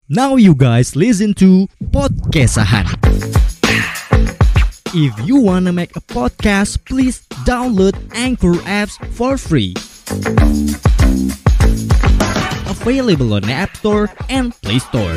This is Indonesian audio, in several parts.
Now you guys listen to Podcastahan. If you wanna make a podcast, please download Anchor apps for free. Available on App Store and Play Store.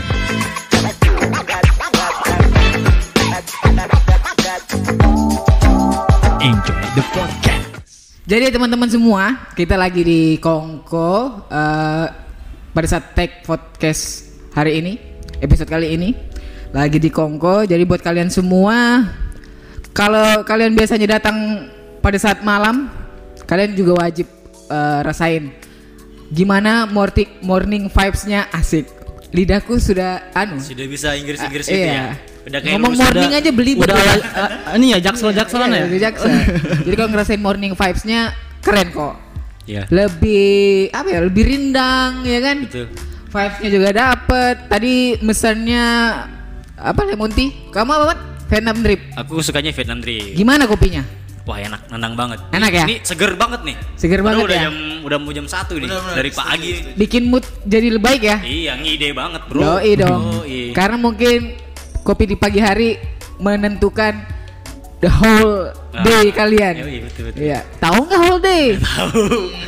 Enjoy the podcast. Jadi teman-teman semua, kita lagi di Kongko pada saat take podcast hari ini, episode kali ini lagi di Kongko. Jadi buat kalian semua, kalau kalian biasanya datang pada saat malam, kalian juga wajib rasain gimana morning vibes-nya asik. Lidahku sudah sudah bisa Inggris itu iya. ya. Udah kayak ngomong morning aja beli udah ini ya jaksel-jakselan ya. Jaksel. Jadi kalau ngerasain morning vibes-nya keren kok. Iya. Lebih lebih rindang ya kan? Betul. Vibes-nya juga dapet. Tadi mesennya lemon tea. Kamu apa, Mat? Vietnam drip. Aku sukanya Vietnam drip. Gimana kopinya? Wah, enak, nendang banget. Enak ya? Ini seger banget nih. Seger banget udah ya? udah mau jam 1 nih. Dari pagi. Bikin mood jadi lebih baik ya? Iya, ngide banget, Bro. Yoi dong. Yoi. Karena mungkin kopi di pagi hari menentukan the whole day kalian. Yoi, betul. Iya. Tahu nggak whole day? Tahu.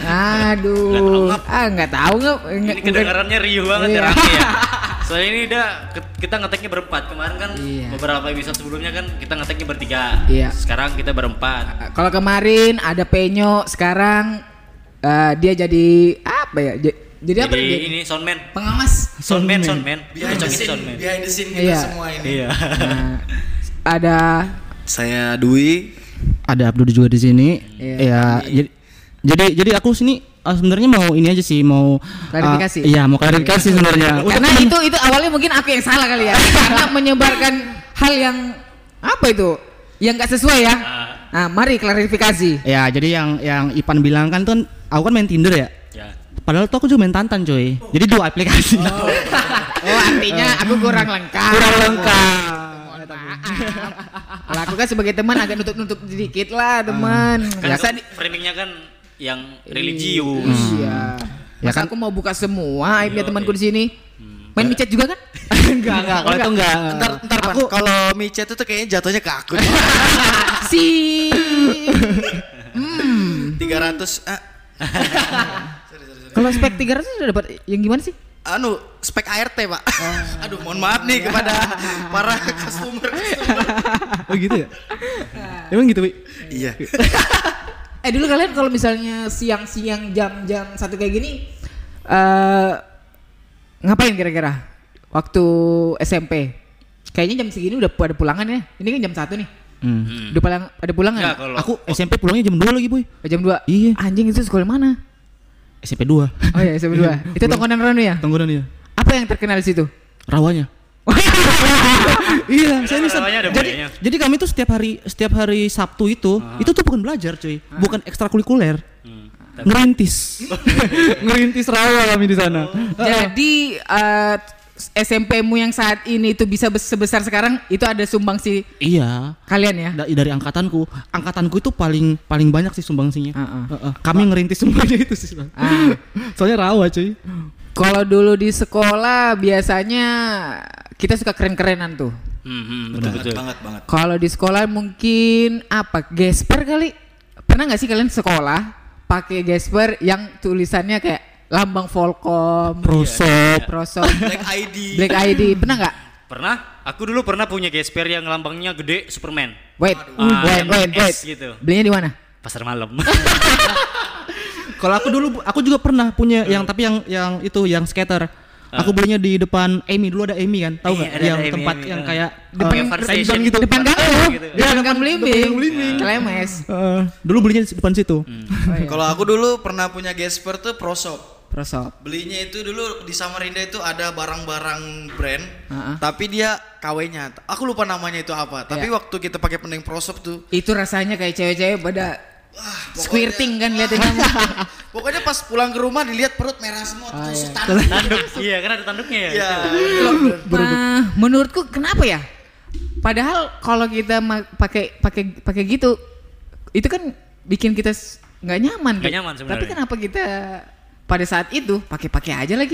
Aduh. Nggak tahu nggak? Ini kedengarannya riuh banget Iya. ya rame ya. Soalnya ini kita ngeteknya berempat. Kemarin kan Iya. beberapa episode sebelumnya kan kita ngeteknya bertiga. Iya. Sekarang kita berempat. Kalau kemarin ada Penyo, sekarang dia jadi apa ya? Jadi apa? Jadi Dia? ini soundman. Pengawas. Soundman. Behind the scene kita Iya. semua ini. Iya. Nah, ada Saya Dwi. Ada Abdul juga di sini. Iya. Ya, jadi aku sini sebenarnya mau ini aja sih, mau Klarifikasi. Iya, mau klarifikasi sebenarnya. karena itu awalnya mungkin aku yang salah kali ya. Karena menyebarkan hal yang apa itu? Yang nggak sesuai ya. Nah, mari klarifikasi. Ya, jadi yang Ipan bilang kan tuh aku kan main Tinder ya. Ya. Padahal tuh aku juga main Tantan, coy. Jadi dua aplikasi. Oh, artinya aku kurang lengkap. Kurang lengkap. Kalau aku kan sebagai teman agak nutup-nutup sedikit lah, teman. Kan Biasa itu framingnya kan yang religius. Iya. Ya Masa kan? aku mau buka semua aibnya temanku di sini. Main micet juga kan? Enggak, kalau itu enggak. Ntar Pan, kalau micet itu kayaknya jatuhnya ke aku. Si 300 Kalau spek 300 sudah dapat yang gimana sih? spek ART, Pak. Aduh, mohon maaf nih kepada para customer. Oh gitu ya? Emang gitu, Wi? Iya. Dulu kalian kalau misalnya siang-siang jam-jam 1 kayak gini ngapain kira-kira waktu SMP? Kayaknya jam segini udah pada pulangan ya. Ini kan jam 1 nih. Udah pada pulangan? Enggak, kalau Aku SMP pulangnya jam 2 lagi, Boy. Jam 2? Iya. Anjing, itu sekolah mana? SMP 2. Oh iya, SMP 2. Itu tongkonan Ranu ya? Tonggonan ya. Apa yang terkenal di situ? Rawanya. Iya, saya bisa. rawanya ada budayanya. Jadi kami tuh setiap hari Sabtu itu tuh bukan belajar, cuy. Bukan ekstrakurikuler. Ngerintis. Ngerintis rawa kami di sana. Jadi SMP-mu yang saat ini itu bisa sebesar sekarang itu ada sumbangsi Iya. kalian ya? Dari angkatanku itu paling banyak sih sumbangsinya. Kami ngerintis semuanya itu sih. Soalnya rawa, cuy. Kalau dulu di sekolah biasanya kita suka keren-kerenan tuh. betul. Banget. Kalau di sekolah mungkin apa? Gesper kali? Pernah nggak sih kalian sekolah pakai gesper yang tulisannya kayak lambang Volcom, Prosop. Black ID. Black ID, pernah nggak? Pernah? Aku dulu pernah punya gesper yang lambangnya gede Superman. Wait, yang S gitu. Belinya di mana? Pasar malam. Kalau aku juga pernah punya tapi yang itu yang skater. Aku belinya di depan Amy, dulu ada Amy kan, tahu nggak? Ada Yang Amy, tempat Amy. yang kayak Depan fire station gitu. Depan gang gitu. depan gang Belimbing. Belimbing. Klemes. Dulu belinya di depan situ. Kalau aku dulu pernah punya gesper tuh Prosop. Prosop. Belinya itu dulu di Samarinda itu ada barang-barang brand, tapi dia KW-nya. Aku lupa namanya itu apa. Tapi waktu kita pakai pending Prosop tuh, Itu rasanya kayak cewek-cewek pada squirting kan liatin kamu. pokoknya pas pulang ke rumah dilihat perut merah semua, terus Tanduk. Iya, kan ada tanduknya ya. Iya. Nah, menurutku kenapa ya? Padahal kalau kita pakai gitu, itu kan bikin kita nggak nyaman. Nggak nyaman sebenarnya. Tapi kenapa kita pada saat itu pakai aja lagi?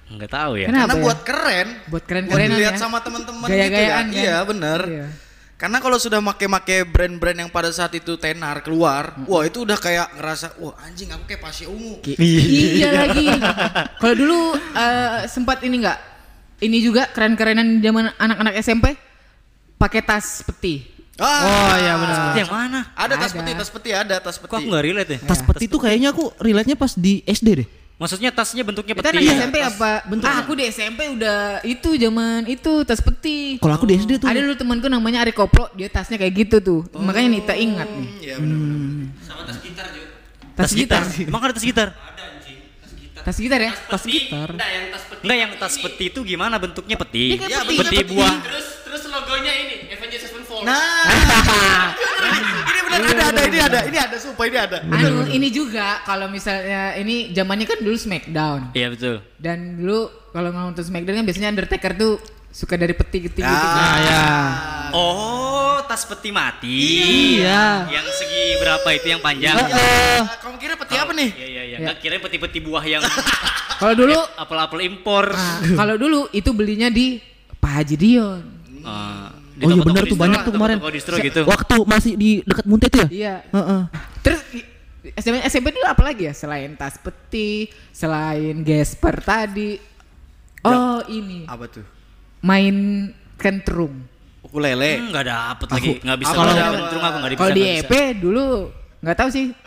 Enggak tahu ya. Kenapa Karena ya? buat keren. Buat keren-kerenan Buat dilihat ya. sama teman-teman Gaya-gayaan gitu kan? ya. Iya bener. Iya. Karena kalau sudah make brand-brand yang pada saat itu tenar keluar, wah itu udah kayak ngerasa, wah anjing aku kayak Pasha Ungu. Iya lagi. Kalau dulu sempat ini enggak? Ini juga keren-kerenan zaman anak-anak SMP pakai tas peti. Oh iya benar. Yang mana? Ada tas Ada. peti, ada tas peti. Kok aku enggak relate ya? Tas peti itu kayaknya aku relate-nya pas di SD deh. Maksudnya tasnya bentuknya Kita peti. anak SMP apa? Aku di SMP udah itu zaman itu tas peti. Kalau aku di SD tuh Ada dulu temanku namanya Ari Koplo, dia tasnya kayak gitu tuh. Makanya Nita ingat nih. Iya benar. Tas gitar. Emang ada tas gitar? Tas gitar ya? tas gitar. Enggak, yang tas peti itu gimana bentuknya peti? Dia kayak Ya, peti. Peti buah. Terus logonya ini Avengers Sevenfold. Nah, ini benar ini ada sumpah ini ada. Anu ini juga kalau misalnya ini zamannya kan dulu Smackdown. Iya betul. Dan dulu kalau nonton Smackdown kan biasanya Undertaker tuh suka dari peti-peti gitu. Nah, ya. Oh, tas peti mati. Iya. Yang segi berapa itu yang panjang? Kamu kira peti apa nih? Iya. Enggak kira peti-peti buah yang Kalau dulu apel-apel impor. kalau dulu itu belinya di Pak Haji Dion. Di Oh iya toko-toko benar tuh distro, banyak tuh kemarin. toko-toko distro gitu. Waktu masih di dekat Munte tuh ya? Iya. Heeh. Terus SMP dulu apa lagi ya selain tas peti, selain gesper tadi? Oh ini Apa tuh? main kentrung. Ukulele. Enggak dapet lagi, enggak bisa kalau baca ada- bentrung aku enggak bisa. Kalau di nggak EP dulu nggak tahu sih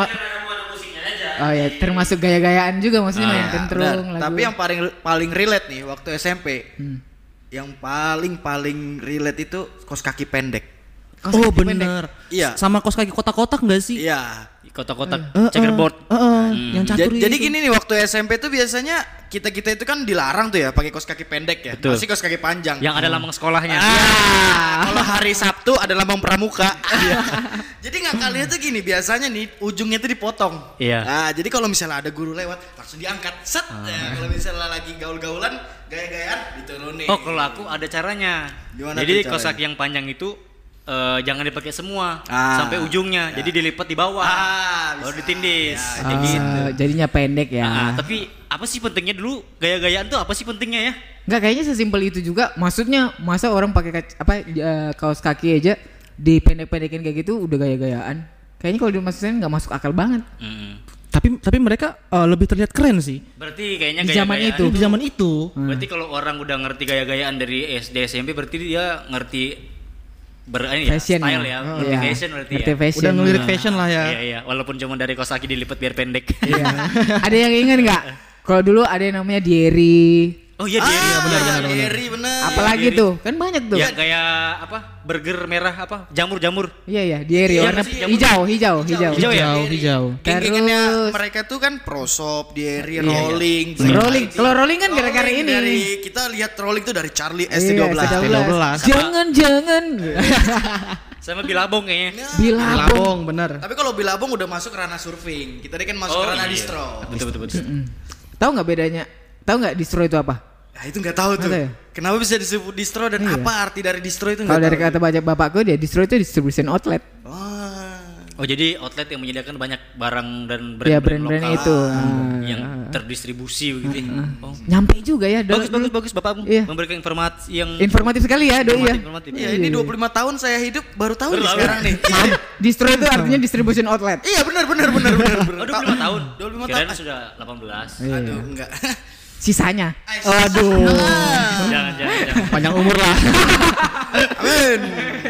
Oh ya termasuk gaya-gayaan juga maksudnya main kentrung. Benar. Tapi yang paling relate nih waktu SMP. Yang paling relate itu kaos kaki pendek. Oh bener. Iya. Sama kos kaki kotak-kotak enggak sih? Iya. Kotak-kotak checkerboard. Yang catur Jadi itu. gini nih waktu SMP tuh biasanya kita itu kan dilarang tuh ya pakai kaos kaki pendek ya. Betul. Masih kaos kaki panjang. Yang ada lambang sekolahnya. Kalau hari Sabtu ada lambang pramuka. Jadi ngakalinya tuh gini, biasanya nih ujungnya tuh dipotong. Iya. Nah, jadi kalau misalnya ada guru lewat langsung diangkat. Set. Ya, kalau misalnya lagi gaul-gaulan, gaya-gayaan diturunin. Oh, kalau aku ada caranya. Gimana Jadi tuh kaos caranya? kaki yang panjang itu jangan dipakai semua sampai ujungnya. Jadi dilipat di bawah. Baru bisa. ditindis. Ya, Kayak gitu. Jadinya pendek ya. Tapi apa sih pentingnya dulu gaya-gayaan tuh apa sih pentingnya ya? Nggak kayaknya sesimpel itu juga. Maksudnya masa orang pakai kaos kaki aja dipendek-pendekin kayak gitu udah gaya-gayaan. Kayaknya kalau dimaksudin nggak masuk akal banget. Tapi mereka lebih terlihat keren sih. Berarti kayaknya Di zaman gaya-gayaan itu. Di zaman itu. Berarti kalau orang udah ngerti gaya-gayaan dari SD SMP berarti dia ngerti Fashion style ya. ya, ngerti Iya. fashion berarti Ngerti ya. fashion. Udah ngelirik fashion lah ya. Iya, walaupun cuma dari kaos kaki dilipat biar pendek. Iya. Ada yang ingat nggak? Kalau dulu ada yang namanya Diary. Oh iya dia. benar. benar. Apalagi Diary. tuh? Kan banyak tuh. Ya kayak apa? Burger merah apa? Jamur-jamur. Iya Diary Iya, warna masih jamur. hijau. Hijau ya? Hijau. Geng-gengannya Terus mereka tuh kan Prosop, Diary, Iya. Rolling. Rolling. Kalau Rolling kan gara-gara ini. Dari kita lihat Rolling tuh dari Charlie Iya, ST12. ST12. Jangan. Sama Bilabong kayaknya. Bilabong. Labong bener. Tapi kalau Bilabong udah masuk ranah surfing. Kita ini kan masuk ke ranah iya. distro. Betul. Tahu nggak bedanya? Tahu nggak distro itu apa? Nah, itu nggak tahu tuh. Nggak tahu ya? Kenapa bisa disebut distro dan Iya. apa arti dari distro itu Kalau nggak dari tahu. kata baca bapakku dia distro itu distribution outlet. Wah. Oh jadi outlet yang menyediakan banyak barang dan Ya brand-brand brand-brand lokal itu. yang terdistribusi begitu. Oh. Nyampe juga ya. Bagus bapakmu Iya. memberikan informasi yang informatif sekali ya doi ya. informatif. Iya, ini 25 tahun saya hidup baru tahu Baru nih tahu. sekarang nih. Distro itu artinya distribution outlet. Iya, benar. Oh 25 tahun. 25 Kirain tahun. sudah 18. Aduh, enggak. Sisanya. Aduh. Jangan. Panjang umur lah. Amin.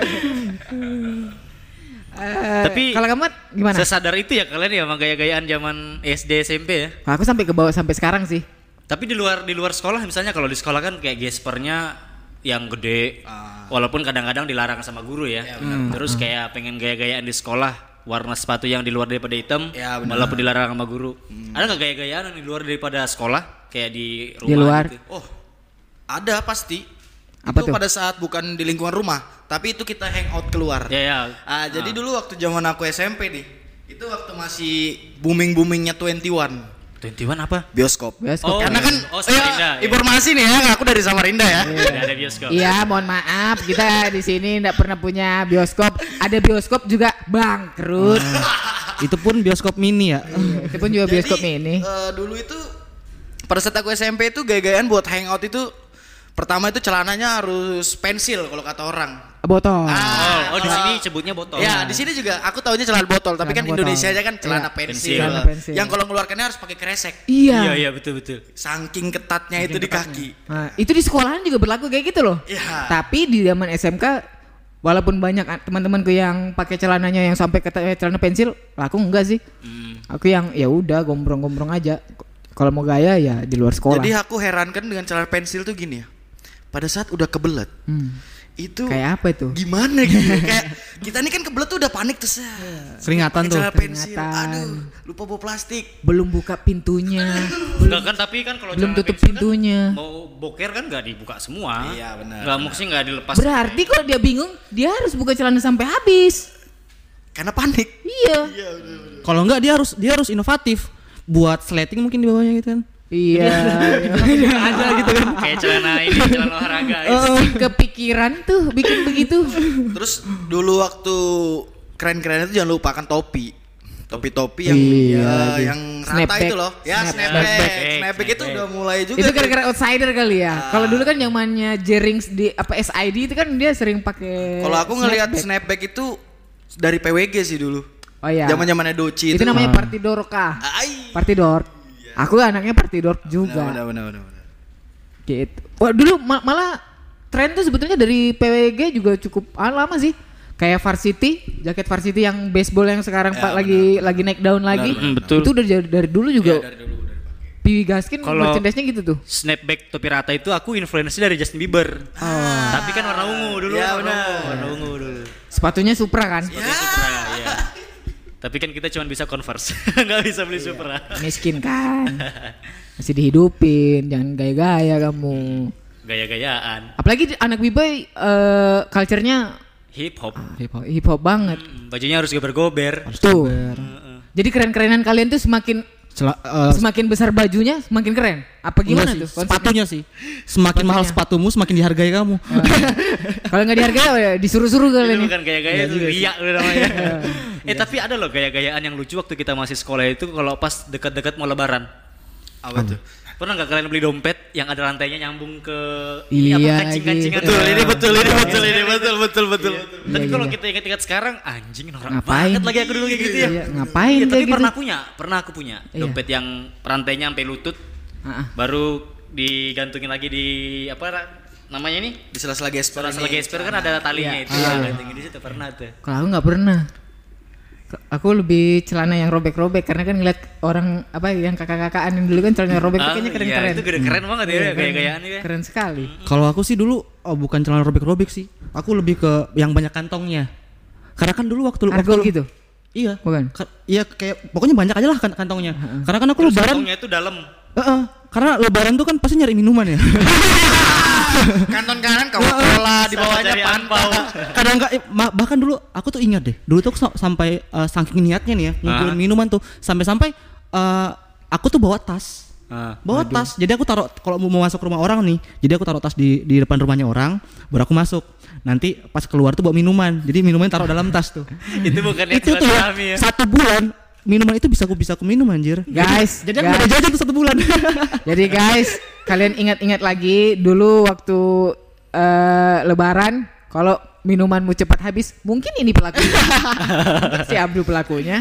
Tapi kalau kamu gimana? sesadar itu ya kalian ya sama gaya-gayaan zaman SD SMP ya. Aku sampai ke bawah sampai sekarang sih. Tapi di luar sekolah misalnya kalau di sekolah kan kayak gespernya yang gede. Walaupun kadang-kadang dilarang sama guru ya. Terus kayak pengen gaya-gayaan di sekolah warna sepatu yang di luar daripada hitam Ya, benar. walaupun dilarang sama guru. Ada nggak gaya-gayaan yang di luar daripada sekolah kayak di rumah Di luar. gitu? Oh, ada pasti. Apa itu tuh? pada saat bukan di lingkungan rumah, tapi itu kita hangout keluar. Ya. Jadi dulu waktu zaman aku SMP nih, itu waktu masih booming-boomingnya 21 apa? bioskop. Bioskop. Karena kan Samarinda. informasi nih ya, aku dari Samarinda ya. Tidak ada bioskop. Iya, mohon maaf kita di sini enggak pernah punya bioskop. Ada bioskop juga bangkrut. Itu pun bioskop mini ya. Itu pun juga bioskop Jadi, ini. dulu itu pada saat aku SMP itu gaya-gayaan buat hangout itu pertama itu celananya harus pensil kalau kata orang. Botol. Oh, di sini sebutnya botol. Ya, di sini juga aku taunya celana botol, tapi Celana kan botol. Indonesia aja kan celana pensil. Celana pensil. Yang kalau ngeluarkannya harus pakai kresek. Iya. betul. Saking ketatnya itu di kaki. Nah, itu di sekolahan juga berlaku kayak gitu loh. Iya. Tapi di zaman SMK walaupun banyak teman-temanku yang pakai celananya yang sampai ke celana pensil, aku enggak sih. Aku yang ya udah gombrong-gombrong aja. Kalau mau gaya ya di luar sekolah. Jadi aku herankan dengan celana pensil tuh gini ya. Pada saat udah kebelet, itu Kayak apa itu? gimana gitu ya? Kayak kita nih kan kebelet tuh udah panik tuh. Keringatan Pakai tuh. celana pensil. Keringatan. Aduh, lupa bawa plastik. Belum buka pintunya. Enggak kan, tapi kan kalau Belum celana tutup pensil pintunya. Kan, mau boker kan nggak dibuka semua. Iya, benar. Nggak maksudnya nggak dilepas. Berarti kalau dia bingung, dia harus buka celana sampai habis. Karena panik. Iya. Kalau enggak dia harus inovatif. Buat sleting mungkin di bawahnya gitu kan. Iya. Ada gitu kan. Kayak celana olahraga. Kepikiran tuh bikin begitu. Terus dulu waktu keren-keren itu jangan lupakan topi. Topi-topi yang Iya, yang rata Snapback. itu loh. Ya, Snapback. snapback itu udah mulai juga. Itu tuh. gara-gara outsider kali ya. Kalau dulu kan zamannya Jerings di apa SID itu kan dia sering pakai. Kalau aku ngelihat snapback. snapback itu dari PWG sih dulu. Oh iya. Zaman-zamannya Doci itu. Itu namanya Partidor kah? Ai. Partidor. Aku anaknya Partidor juga. Benar. Gitu. Wah dulu malah tren tuh sebetulnya dari PWG juga cukup lama sih. Kayak Varsity, jaket Varsity yang baseball yang sekarang Pak lagi naik daun lagi. betul. Itu dari dulu juga. Dari dulu udah dipakai. Piwi Gaskin Kalau- merchandise-nya gitu tuh. Snapback topi rata itu aku influence dari Justin Bieber. Tapi kan warna ungu dulu. Ya, warna benar. ungu, warna ungu dulu. Sepatunya Supra kan? Sepatunya Supra, ya. Tapi kan kita cuma bisa Converse, nggak bisa beli Supra. Miskin kan. Masih dihidupin, jangan gaya-gaya kamu. Gaya-gayaan, Apalagi anak B-boy culture-nya hip hop. hip hop banget. Bajunya harus gober-gober. Tuh. Jadi keren-kerenan kalian tuh semakin besar bajunya semakin keren. Apa gimana Enggak tuh? sih, sepatunya sih. Semakin mahal sepatumu semakin dihargai kamu. Kalau nggak dihargai ya disuruh-suruh Itu kalian. bukan gaya-gaya, itu riak udah namanya. Tapi ada loh gaya-gayaan yang lucu waktu kita masih sekolah itu kalau pas dekat-dekat mau lebaran. Apa tuh? Pernah nggak kalian beli dompet yang ada rantainya nyambung ke Iya, kancing-kancingan? gitu. Betul. Tapi Iya, kalau iya. kita ingat-ingat sekarang, anjing norak Ngapain? banget lagi aku dulu kayak gitu ya. Iya, ngapain Iya, tapi kayak pernah gitu? aku punya Iya. dompet yang rantainya sampai lutut, Ah, baru digantungin lagi di namanya ini? Di sela-sela gesper. Setelah ini. gesper kan ada talinya Iya. itu, Iya. gantungin di situ pernah tuh. Kalau aku nggak pernah. Aku lebih celana yang robek-robek karena kan ngeliat orang apa yang kakak-kakakan yang dulu kan celana robek tuh kayaknya keren-keren. Iya, itu keren banget ya gaya-gayaannya ya. Keren sekali. Kalau aku sih dulu bukan celana robek-robek sih. Aku lebih ke yang banyak kantongnya. Karena kan dulu waktu Argol gitu. Iya. Bukan. Iya kayak pokoknya banyak aja lah kantongnya. Karena kan aku Terus lebaran. kantongnya itu dalam. Karena lebaran tuh kan pasti nyari minuman ya. Kanton kanan Coca-Cola di bawahnya Cari Fanta. angpau. Kadang enggak bahkan dulu aku tuh ingat deh. Dulu tuh sampai saking niatnya nih ya ngumpulin minuman tuh sampai-sampai aku tuh bawa tas. Bawa tas. Jadi aku taruh kalau mau masuk rumah orang nih. Jadi aku taruh tas di depan rumahnya orang, baru aku masuk. Nanti pas keluar tuh bawa minuman. Jadi minuman taruh dalam tas tuh. Itu bukan Itu tuh ya, ya. 1 bulan minuman itu bisa aku minum anjir. Guys, Jadi aku udah jajan tuh 1 bulan. Jadi guys, kalian ingat-ingat lagi dulu waktu lebaran kalau minumanmu cepat habis, mungkin ini pelakunya. Si Abdul pelakunya.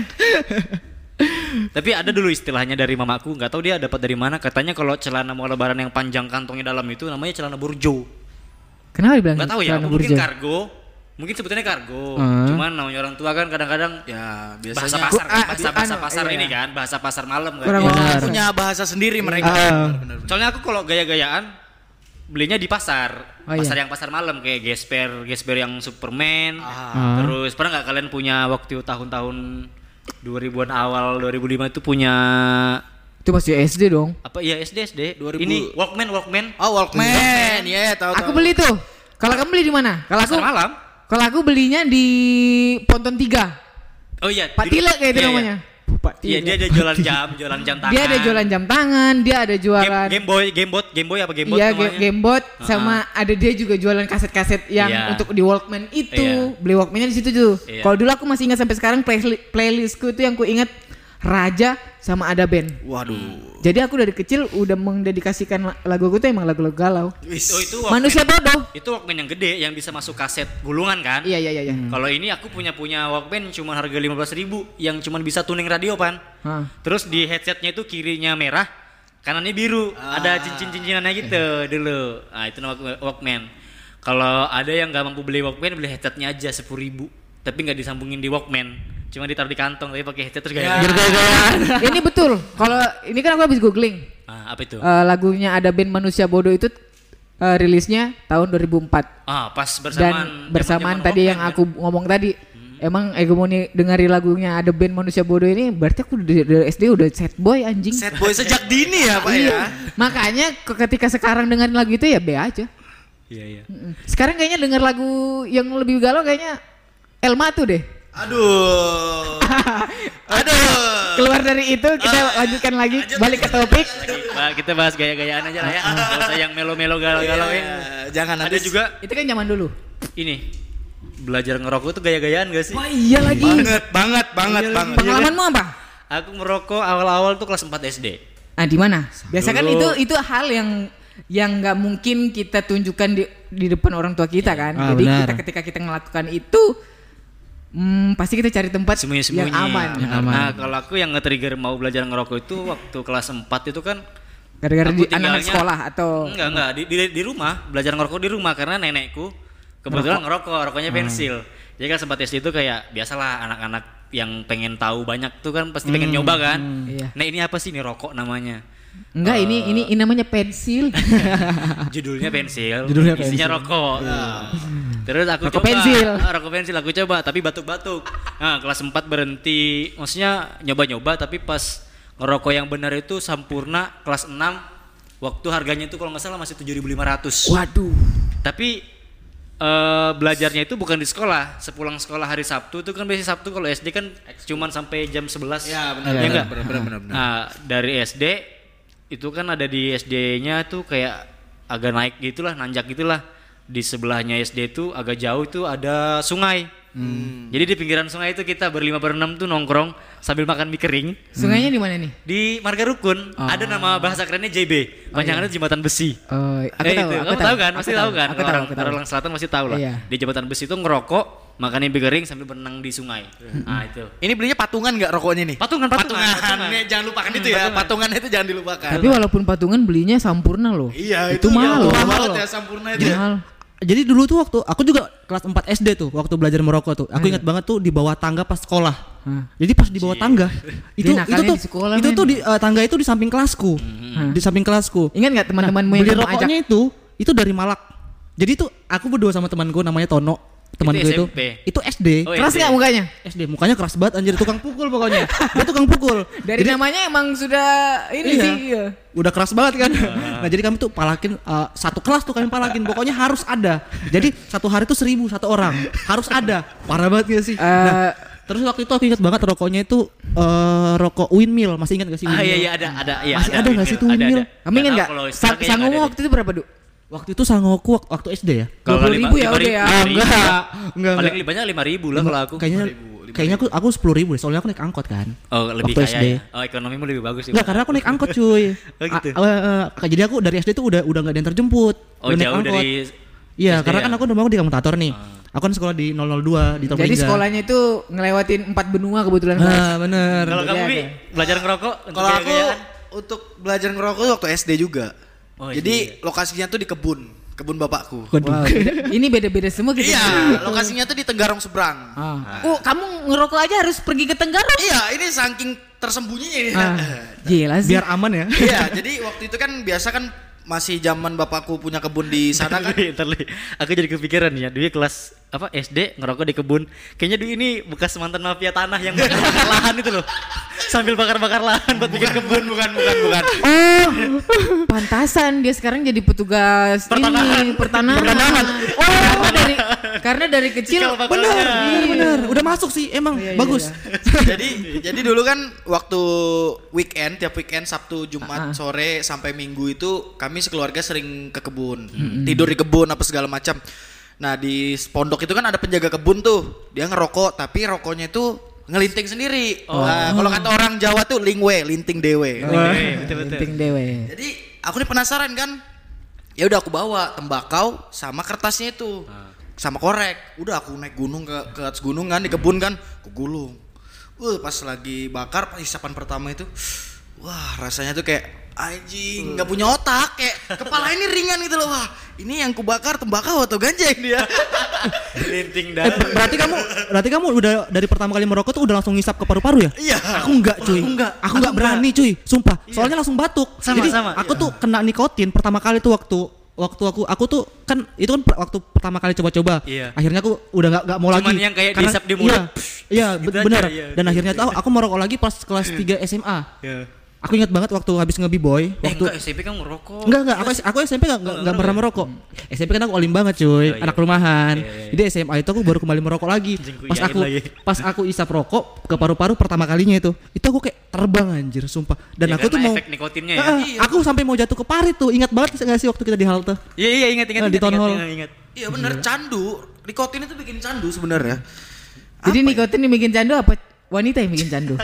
Tapi ada dulu istilahnya dari mamaku, nggak tahu dia dapat dari mana. Katanya kalau celana mau lebaran yang panjang kantongnya dalam itu namanya celana burjo. Kenapa dibilang Nggak tahu ya, celana mungkin burjo? kargo. Mungkin sebutannya kargo. Cuman namanya orang tua kan kadang-kadang Ya, bahasa biasanya pasar, bahasa anu, pasar iya. ini kan, bahasa pasar malam kan. Kurang Ya. benar. punya bahasa sendiri mereka. Benar. Soalnya aku kalau gaya-gayaan belinya di pasar, Oh, pasar iya. yang pasar malam kayak gesper yang Superman. Terus pernah nggak kalian punya waktu tahun-tahun 2000-an awal 2005 itu punya Itu masih SD dong. apa? Iya SD. 2000. Ini Walkman. Oh, Walkman. Iya, tahu. Aku beli tuh. Kalau kamu beli di mana? Kalau aku Pasar malam. Kalau aku belinya di Ponton 3. Oh iya. Pak Tila kayak itu Iya, namanya. Pak Iya, dia ada jualan jam tangan. Dia ada jualan jam tangan, dia ada jualan Game Boy apa Game Boy iya, namanya? Gamebot sama ada dia juga jualan kaset-kaset yang Iya. untuk di Walkman itu. Iya. Beli Walkman-nya di situ tuh. Iya. Kalau dulu aku masih ingat sampai sekarang playlistku itu yang ku ingat Raja sama ada band. Waduh. Jadi aku dari kecil udah mendedikasikan lagu aku tuh emang lagu-lagu galau. Itu Manusia bodoh. Itu Walkman yang gede yang bisa masuk kaset gulungan kan? Iya. Kalau ini aku punya Walkman cuma harga 15.000 yang cuma bisa tuning radio pan. Terus di headsetnya itu kirinya merah, kanannya biru, ada cincin-cincinannya gitu dulu. Nah itu nama Walkman. Kalau ada yang nggak mampu beli Walkman, beli headsetnya aja 10.000, tapi nggak disambungin di Walkman. Cuma ditaruh di kantong tapi pakai headset terus gaya-gayaan. Ini betul. Kalau ini kan aku habis googling. Apa itu? Lagunya ada band Manusia Bodoh itu rilisnya tahun 2004. Pas bersamaan tadi yang aku ngomong tadi. Emang hegemoni dengari lagunya ada band Manusia Bodoh ini berarti aku dari SD udah sad boy anjing. Sad boy sejak dini ya Pak ya. Makanya ketika sekarang dengerin lagu itu ya be aja. Iya. Sekarang kayaknya denger lagu yang lebih galau kayaknya Elma tuh deh. Aduh. Keluar dari itu kita lanjutkan lagi balik ke topik. Kita bahas gaya-gayaan aja lah ya. Enggak usah yang melo-melo galau-galau ya. Jangan ada juga. Itu kan zaman dulu. Ini belajar ngerokok itu gaya-gayaan gak sih? Wah iya lagi. Banget. Pengalamanmu apa? Aku merokok awal-awal tuh kelas 4 SD. Di mana? Biasa kan itu hal yang nggak mungkin kita tunjukkan di depan orang tua kita kan. Jadi ketika kita melakukan itu pasti kita cari tempat sembunyi-sembunyi yang aman. Nah kalau aku yang nge-trigger mau belajar ngerokok itu waktu kelas 4 itu kan gara-gara di anak sekolah atau enggak di rumah, belajar ngerokok di rumah karena nenekku kebetulan rokoknya pensil. Jadi kan sempat SD itu kayak biasalah anak-anak yang pengen tahu banyak tuh kan pasti pengen nyoba kan. Iya. Nah ini apa sih ini rokok namanya? Enggak, ini namanya pensil. Judulnya pensil, isinya pensil. Rokok. Terus aku rokok coba pensil. Rokok pensil aku coba tapi batuk-batuk. Nah, kelas 4 berhenti. Maksudnya nyoba-nyoba tapi pas ngerokok yang benar itu Sampurna kelas 6 waktu harganya itu kalau nggak salah masih 7.500. Waduh. Tapi belajarnya itu bukan di sekolah. Sepulang sekolah hari Sabtu itu kan biasanya Sabtu kalau SD kan cuman sampai jam 11. Ya benar. Ya enggak? Benar. Nah, dari SD itu kan ada di SD-nya tuh kayak agak naik gitulah, nanjak gitulah. Di sebelahnya SD itu agak jauh itu ada sungai. Jadi di pinggiran sungai itu kita berlima berenam tuh nongkrong sambil makan mie kering. Sungainya di mana nih? Di Marga Rukun. Ada nama bahasa kerennya JB. Panjangannya Jembatan Besi. Aku tahu kan? Pasti tahu kan? Aku tahu. Orang selatan masih tahu lah. Iya. Di Jembatan Besi itu ngerokok, makan mie kering sambil berenang di sungai. Nah, itu. Ini belinya patungan nggak rokoknya nih? Patungan. Nih, jangan lupakan itu ya. Patungan itu jangan dilupakan. Tapi walaupun patungan belinya Sampurna loh. Iya, itu mahal loh. Mahal ya Sampurna itu. Mahal. Jadi dulu tuh waktu aku juga kelas 4 SD tuh waktu belajar merokok tuh. Aku ingat banget tuh di bawah tangga pas sekolah. Jadi pas di bawah tangga itu tuh di tangga itu di samping kelasku. Di samping kelasku. Ingat enggak teman-temanmu beli yang rokoknya itu dari Malak. Jadi tuh aku berdua sama temanku namanya Tono. Temanku itu SD. Keras enggak mukanya? SD mukanya keras banget anjir, tukang pukul pokoknya. Dia tukang pukul. Dari namanya emang sudah ini sih. Iya. Udah keras banget kan. Nah jadi kami tuh palakin satu kelas tuh kami palakin, pokoknya harus ada. Jadi satu hari tuh 1.000 satu orang harus ada. Parah banget gak sih? Nah, terus waktu itu aku ingat banget rokoknya itu rokok Windmill. Masih ingat gak sih Windmill? Iya ada. Iya, masih ada gak sih tuh Windmill? Kamu ingat gak? Sangomu waktu itu berapa, Du? Waktu itu sangoku waktu SD ya? 20.000 ya udah ya? Enggak. Paling banyak 5.000 lah kalau aku. Kayaknya aku 10.000 deh, soalnya aku naik angkot kan. Oh lebih waktu kaya SD. ya? Oh ekonomimu lebih bagus sih. Enggak, karena aku naik angkot cuy. Gitu? Jadi aku dari SD tuh udah gak ada yang terjemput. Oh udah jauh dari iya, SD karena ya? kan aku udah bangun di komutator nih. Aku kan sekolah di 002 di Tomlingga. Jadi sekolahnya itu ngelewatin 4 benua kebetulan. Bener. Kalau kamu Bi, belajar ngerokok untuk Kalau aku gaya-gayaan? untuk belajar ngerokok waktu SD juga. Oh, jadi lokasinya tuh di kebun bapakku. Wow, ini beda-beda semua gitu. Iya, lokasinya tuh di Tenggarong seberang. Kamu ngerokok aja harus pergi ke Tenggarong? Iya, ini saking tersembunyinya ini. Gila sih. Biar aman ya. Iya, jadi waktu itu kan biasa kan masih zaman bapakku punya kebun di sana kan. Terli. Aku jadi kepikiran ya, Dwi kelas SD ngerokok di kebun. Kayaknya Dwi ini bekas mantan mafia tanah yang bakar lahan itu loh. Sambil bakar-bakar lahan buat bikin kebun. Bukan. Oh, pantasan dia sekarang jadi petugas pertanahan. Oh, karena dari kecil Bener. Udah masuk sih, emang bagus. Jadi dulu kan waktu tiap weekend Sabtu, Jumat sore sampai Minggu itu kami sekeluarga sering ke kebun, tidur di kebun apa segala macam. Nah di pondok itu kan ada penjaga kebun tuh, dia ngerokok tapi rokoknya itu ngelinting sendiri. Nah, kalau kata orang Jawa tuh lingwe, linting dewe. Betul-betul. Penting dewe. Jadi aku nih penasaran kan. Ya udah aku bawa tembakau sama kertasnya itu. Sama korek. Udah aku naik gunung ke atas gunung kan di kebun kan, aku gulung. Pas lagi bakar pas isapan pertama itu, wah rasanya tuh kayak anjing, nggak punya otak, kayak kepala ini ringan gitu loh. Wah, ini yang kubakar tembakau atau ganja ini ya? Linting darah. Berarti kamu udah dari pertama kali merokok tuh udah langsung ngisap ke paru-paru ya? Iya. Aku enggak, cuy. Aku enggak berani, cuy. Sumpah. Soalnya langsung batuk. Jadi aku tuh kena nikotin pertama kali tuh waktu aku tuh kan itu kan waktu pertama kali coba-coba. Iya. Akhirnya aku udah nggak mau lagi. Cuman yang kayak dihisap di mulut. Iya, Gitu benar. aja, iya. Dan akhirnya tuh aku merokok lagi pas kelas 3 SMA. Iya. Aku ingat banget waktu habis nge-B-boy, waktu Enggak, SMP kan ngerokok. Enggak, aku SMP enggak pernah merokok. SMP kan aku olim banget, cuy, iya. anak rumahan. Iya. Jadi SMA itu aku baru kembali merokok lagi. Anjing, Pas kuyain aku lagi. pas aku isap rokok ke paru-paru pertama kalinya itu aku kayak terbang anjir, sumpah. Dan Ya, aku tuh karena mau efek nikotinnya ya. Aku sampai mau jatuh ke parit tuh. Ingat banget enggak sih waktu kita di halte? Iya, ingat Di town hall. ingat. Iya bener, candu. Nikotin itu bikin candu sebenarnya. Jadi nikotin yang bikin candu apa wanita yang bikin candu?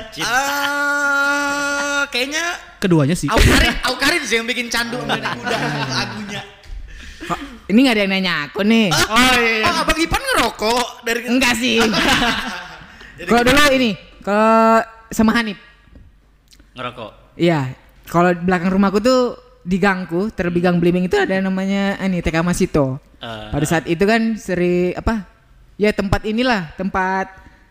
Kayaknya Keduanya sih. Aukarin sih yang bikin candu sama Nenek Muda lagunya. Kok ini nggak ada yang nanya aku nih? Oh iya. Abang Ipan ngerokok dari Enggak sih. Kalau dulu ini ke sama Hanif. Ngerokok. Iya. Kalau di belakang rumahku tuh di gangku, terbigang Bliming itu ada namanya ini TK Masito. Pada saat itu kan ya tempat inilah, tempat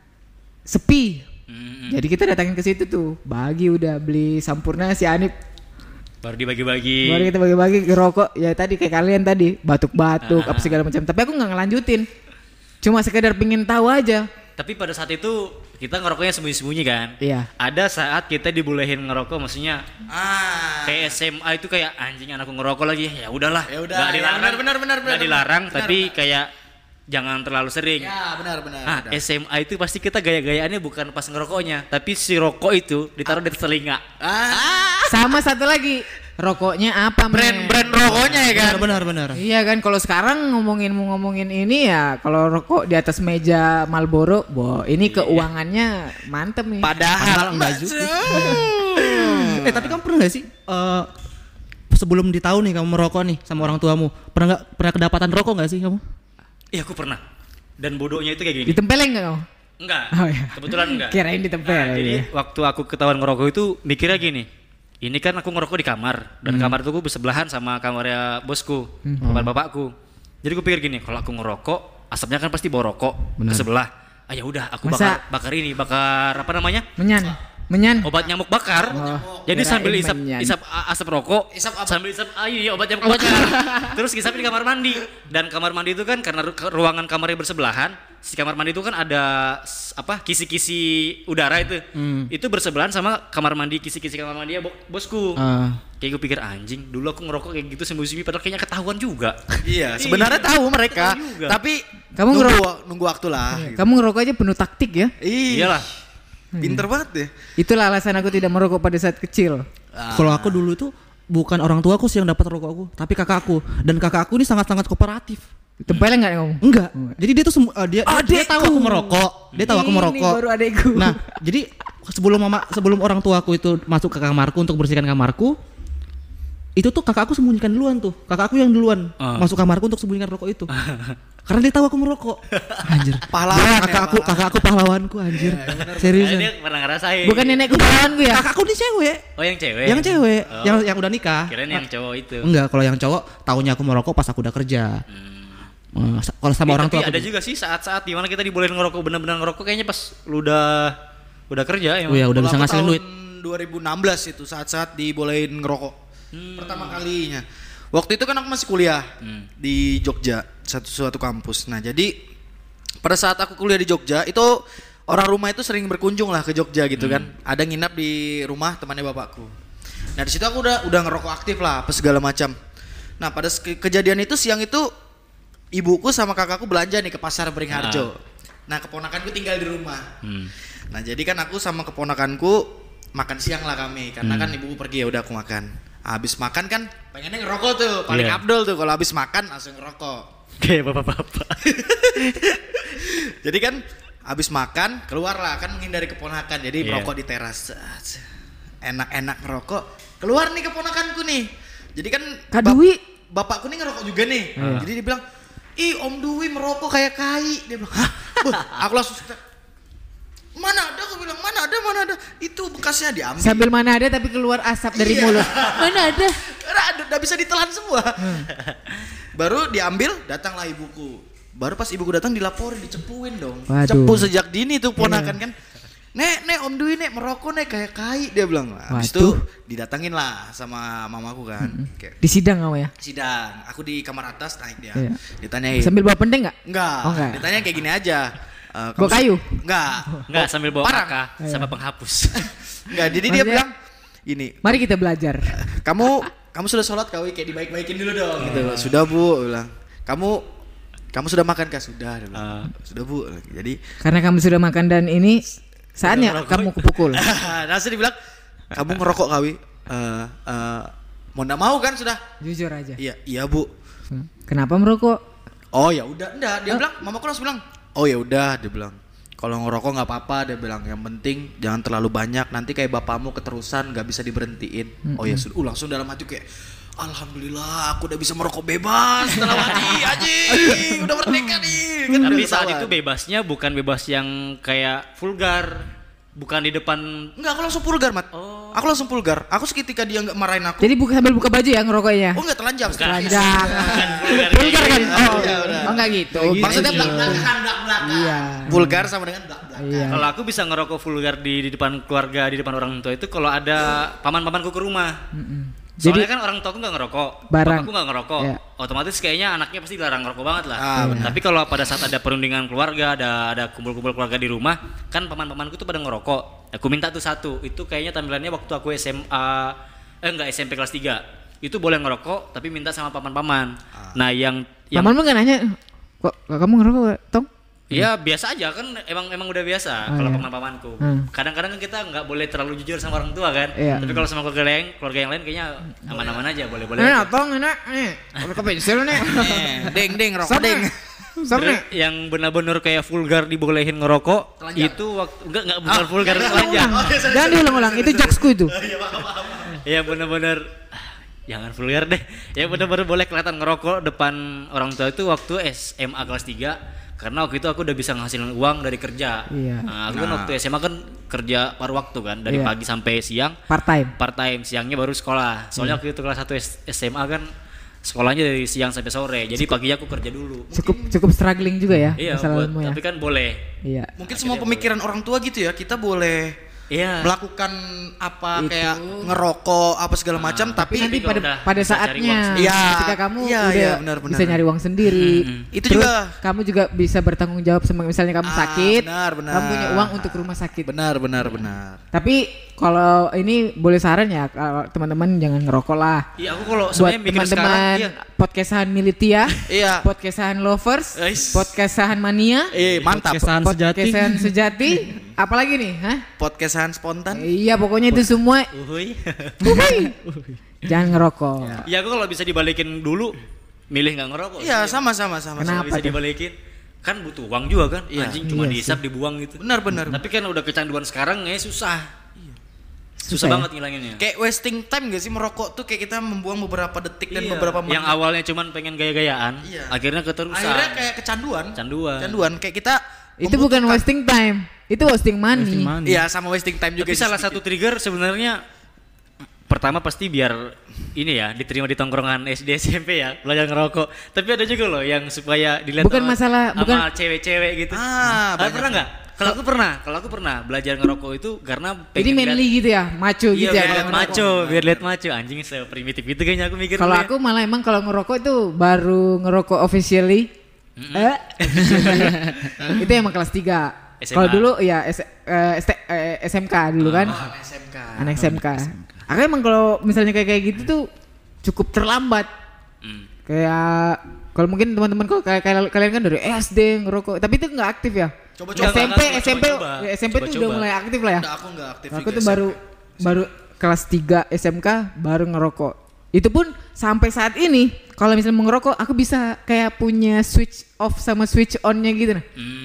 sepi. Jadi kita datangin ke situ tuh, udah beli Sampurna si Hanif. Baru dibagi-bagi. Baru kita bagi-bagi ke rokok. Ya tadi kayak kalian tadi, batuk-batuk apa segala macam. Tapi aku nggak ngelanjutin. Cuma sekedar pingin tahu aja. Tapi pada saat itu kita ngerokoknya sembunyi-sembunyi kan. Iya. Ada saat kita dibolehin ngerokok, maksudnya kayak SMA itu kayak anjing anakku ngerokok lagi. Ya udahlah. Ya udah. Nggak dilarang. Benar. Nggak dilarang, tapi kayak jangan terlalu sering. Ya benar. SMA itu pasti kita gaya-gayaannya bukan pas ngerokoknya, tapi si rokok itu ditaruh di telinga. Sama satu lagi, rokoknya apa men? Brand rokoknya ya kan. Benar. Iya kan, kalau sekarang ngomongin ini ya, kalau rokok di atas meja Marlboro, ini keuangannya mantep nih. Padahal enggak juga. Tapi kamu pernah gak sih sebelum ditahu nih kamu merokok nih sama orang tuamu, pernah kedapatan rokok gak sih kamu? Iya, aku pernah. Dan bodohnya itu kayak gini. Ditempelin nggak kamu? Enggak. Oh, iya. Kebetulan enggak. Kirain ditempel. Jadi Iya. waktu aku ketahuan ngerokok itu mikirnya gini. Ini kan aku ngerokok di kamar dan kamar itu bersebelahan sama kamarnya bosku, kamar bapakku. Jadi aku pikir gini, kalau aku ngerokok, asapnya kan pasti bawa rokok ke sebelah. Ya udah, aku Masa- bakar apa namanya? Menyan. Obat nyamuk bakar. Jadi kirain sambil menyan. isap asap rokok, sambil isap obat nyamuk bakar. Terus isap di kamar mandi. Dan kamar mandi itu kan karena ruangan kamarnya bersebelahan, si kamar mandi itu kan ada kisi-kisi udara itu. Itu bersebelahan sama kamar mandi, kisi-kisi kamar mandi ya bosku. Kayak gue pikir anjing, dulu aku ngerokok kayak gitu sembunyi-sembunyi padahal kayaknya ketahuan juga. Iya, sebenarnya tahu mereka, Tahu juga. tapi Kamu nunggu waktu lah. gitu. Kamu ngerokok aja penuh taktik ya? Iyalah. Iyalah. Pinter banget deh. Itulah alasan aku tidak merokok pada saat kecil. Kalau aku dulu tuh bukan orang tua aku sih yang dapat rokok aku, tapi kakakku. Dan kakakku ini sangat-sangat kooperatif. Tempelin nggak kamu? Enggak. Jadi dia tuh dia tahu aku merokok. Dia tahu aku Ini merokok. baru adekku. Nah, jadi sebelum orang tuaku itu masuk ke kamarku untuk bersihkan kamarku, itu tuh kakakku sembunyikan duluan tuh. Kakakku yang duluan masuk kamarku untuk sembunyikan rokok itu. Karena dia tahu aku merokok. Anjir. Pahlawan ya, Kakakku pahlawanku anjir. Seriusan. Dia pernah ngerasain. Bukan nenekku pahlawanku ya? Kakakku ini cewek. Oh, yang cewek. Yang cewek, Oh. yang udah nikah. Kirain yang cowok itu. Enggak, kalau yang cowok taunya aku merokok pas aku udah kerja. Kalau sama orang tua Tapi aku ada juga sih saat-saat dimana kita dibolehin ngerokok, benar-benar ngerokok kayaknya pas lu udah kerja ya. Oh ya udah bisa Kalau aku ngasilin duit. tahun 2016 itu saat-saat dibolehin ngerokok. Pertama kalinya. Waktu itu kan aku masih kuliah di Jogja, suatu kampus. Nah, jadi pada saat aku kuliah di Jogja itu orang rumah itu sering berkunjung lah ke Jogja gitu kan. Ada nginap di rumah temannya bapakku. Nah, di situ aku udah ngerokok aktif lah, apa segala macam. Nah, pada kejadian itu siang itu ibuku sama kakakku belanja nih ke pasar Beringharjo. Nah, keponakanku tinggal di rumah. Nah, jadi kan aku sama keponakanku makan siang lah kami, karena kan ibuku pergi, ya udah aku makan. Habis makan kan pengennya ngerokok tuh, paling Iya. abdol tuh kalau habis makan langsung ngerokok. Kayak bapak-bapak. Jadi kan Habis makan keluarlah kan menghindari keponakan. Jadi Iya. merokok di teras. Enak-enak ngerokok. Keluar nih keponakanku nih. Jadi kan Kak Dwi. bapakku nih ngerokok juga nih. Jadi dia bilang, "Ih, Om Dwi merokok kayak kai." Dia bilang, "Hah?" Aku langsung mana ada, aku bilang mana ada, itu bekasnya diambil. Sambil mana ada tapi keluar asap dari Iya. mulut. Mana ada? Udah bisa ditelan semua. Baru diambil, datanglah ibuku. Baru pas ibuku datang dilaporin, dicepuin dong. Waduh. Cepu sejak dini tuh ponakan kan. Nek Om Dwi nek merokok nek kayak kai, dia bilang. Habis itu didatangin lah sama mamaku kan. Kayak Di sidang kamu ya? sidang, aku di kamar atas naik dia. Iya. Ditanyain. Sambil bawa pendek enggak? Enggak. Oh, enggak. Ditanya kayak gini aja. Bawa kayu? Enggak, sambil bawa parang. AK sama penghapus. Enggak, jadi dia Maksudnya- bilang gini, Mari kita belajar. kamu sudah sholat kawi kayak dibaik-baikin dulu dong gitu. Sudah Bu, bilang. Kamu sudah makan kah? Sudah, dia bilang. Sudah Bu. Jadi Karena kamu sudah makan dan ini saatnya kamu kupukul. Nasi dibilang, kamu ngerokok kawi? Mau nggak mau kan sudah? Jujur aja. Iya Bu. Kenapa merokok? Oh ya udah, enggak. Dia bilang, mamaku langsung bilang, oh ya udah, dia bilang. Kalau ngerokok nggak apa-apa, dia bilang. Yang penting jangan terlalu banyak. Nanti kayak bapakmu keterusan, nggak bisa diberhentiin. Oh ya sudah. Langsung dalam hati kayak, alhamdulillah, aku udah bisa merokok bebas dalam hati, anjing, udah merdeka nih. Kan Tapi udah saat ketahuan. itu bebasnya bukan bebas yang kayak vulgar. Bukan di depan. Enggak, aku langsung vulgar, Mat. Aku langsung vulgar. Aku seketika dia nggak marahin aku. Jadi sambil buka baju ya ngerokoknya? Oh enggak telanjang. Telanjang. vulgar. Vulgar kan? Oh, Iya, udah. oh enggak gitu. Maksudnya Gitu. belak-belakan. Iya. Vulgar sama dengan belak-belakan. Iya. Kalau aku bisa ngerokok vulgar di depan keluarga, di depan orang tua itu kalau ada paman-pamanku ke rumah. Soalnya Jadi- kan orang tua aku nggak ngerokok, Barang. bapakku nggak ngerokok, Iya. otomatis kayaknya anaknya pasti dilarang ngerokok banget lah. Benar. Tapi kalau pada saat ada perundingan keluarga, ada kumpul-kumpul keluarga di rumah, kan paman-pamanku tuh pada ngerokok. Aku minta tuh satu, itu kayaknya tampilannya waktu aku SMP kelas 3. Itu boleh ngerokok, tapi minta sama paman-paman. Nah yang Pamanmu nggak nanya, kok kamu ngerokok Tong? ya biasa aja kan, emang udah biasa Oh, kalau iya. paman-pamanku. Hmm. Kadang-kadang kan kita nggak boleh terlalu jujur sama orang tua kan. Iya. Tapi kalau sama keluarga yang lain kayaknya aman-aman aja, boleh-boleh. Enak aja. Tong, enak nih. Kalau ke pensil nih. Deng rokok Sam, deng. Sam nih. Terus yang benar-benar kayak vulgar dibolehin ngerokok itu waktu enggak bukan vulgar telanjang. Jangan diulang-ulang, itu jokesku itu. Ya benar-benar jangan vulgar deh. Ya benar-benar boleh kelihatan ngerokok depan orang tua itu waktu SMA kelas 3 karena waktu itu aku udah bisa ngasilin uang dari kerja. Iya. Nah, aku kan waktu SMA kan kerja paruh waktu kan dari Iya. pagi sampai siang. Part time. Part time, siangnya baru sekolah. Soalnya waktu itu kelas 1 SMA kan sekolahnya dari siang sampai sore. Jadi paginya aku kerja dulu. Cukup struggling juga ya Iya, masalahmu ya. tapi kan boleh. Iya. Mungkin semua pemikiran orang tua gitu ya, kita boleh Iya. melakukan apa kayak ngerokok apa segala macam, Tapi nanti tapi kalau pada udah pada bisa cari saatnya uang sendiri. Iya, ketika kamu iya, udah iya, benar. bisa nyari uang sendiri. Itu Terus juga. kamu juga bisa bertanggung jawab sama misalnya kamu sakit, benar. kamu punya uang untuk rumah sakit. benar. Tapi kalau ini boleh saran ya kalau teman-teman jangan ngerokok lah. Iya, aku kalau Buat sebenarnya mikir sekarang teman-teman iya. podcastan Militia, Iya. podcastan lovers, Guys. podcastan mania, Mantap. Kesan sejati. podcastan sejati, apalagi nih, hah? Podcastan spontan. Iya pokoknya itu semua. Uhuy. Uhuy. Jangan ngerokok. Ya aku kalau bisa dibalikin dulu milih nggak ngerokok. Iya, sama. Kenapa Kalau bisa tuh? dibalikin kan butuh uang juga kan. Iya. Anjing cuma Iya dihisap dibuang gitu. Benar. Tapi kan udah kecanduan sekarang ya susah. Susah Susah ya? banget ngilanginnya. Kayak wasting time gak sih merokok tuh, kayak kita membuang beberapa detik dan Iya. beberapa menit. Yang awalnya cuman pengen gaya-gayaan, Iya. akhirnya keterusan. Akhirnya kayak kecanduan. Canduan. Kayak kita Itu bukan wasting time, itu wasting money. Iya, sama wasting time juga Tapi sih salah sedikit. satu trigger sebenarnya pertama pasti biar ini ya diterima di tongkrongan SD SMP ya belajar ngerokok. Tapi ada juga loh yang supaya dilihat Bukan masalah- sama bukan- cewek-cewek gitu. Ah, Kalian banyak. pernah nggak? Kalau aku pernah belajar ngerokok itu karena Jadi pengen manly gitu ya, macho Iya, gitu ya. biar kalau lihat ngerokok. maco, biar lihat maco. Anjing seprimitif itu kayaknya aku mikir. Kalau dulu ya. aku malah emang kalau ngerokok itu baru ngerokok officially. Itu emang kelas 3. SMA. Kalau dulu ya SMK dulu kan. SMK. Anak SMK. Aku emang kalau misalnya kayak gitu tuh cukup terlambat. Hmm. Kayak kalau mungkin teman-teman kalian kan dari SD ngerokok, tapi itu nggak aktif ya. Coba-coba. SMP tuh udah mulai aktif lah ya. Udah, aku nggak aktif. Aku juga tuh SMP. baru kelas 3 SMK baru ngerokok. Itu pun sampai saat ini kalau misalnya mau ngerokok aku bisa kayak punya switch off sama switch on-nya gitu nah.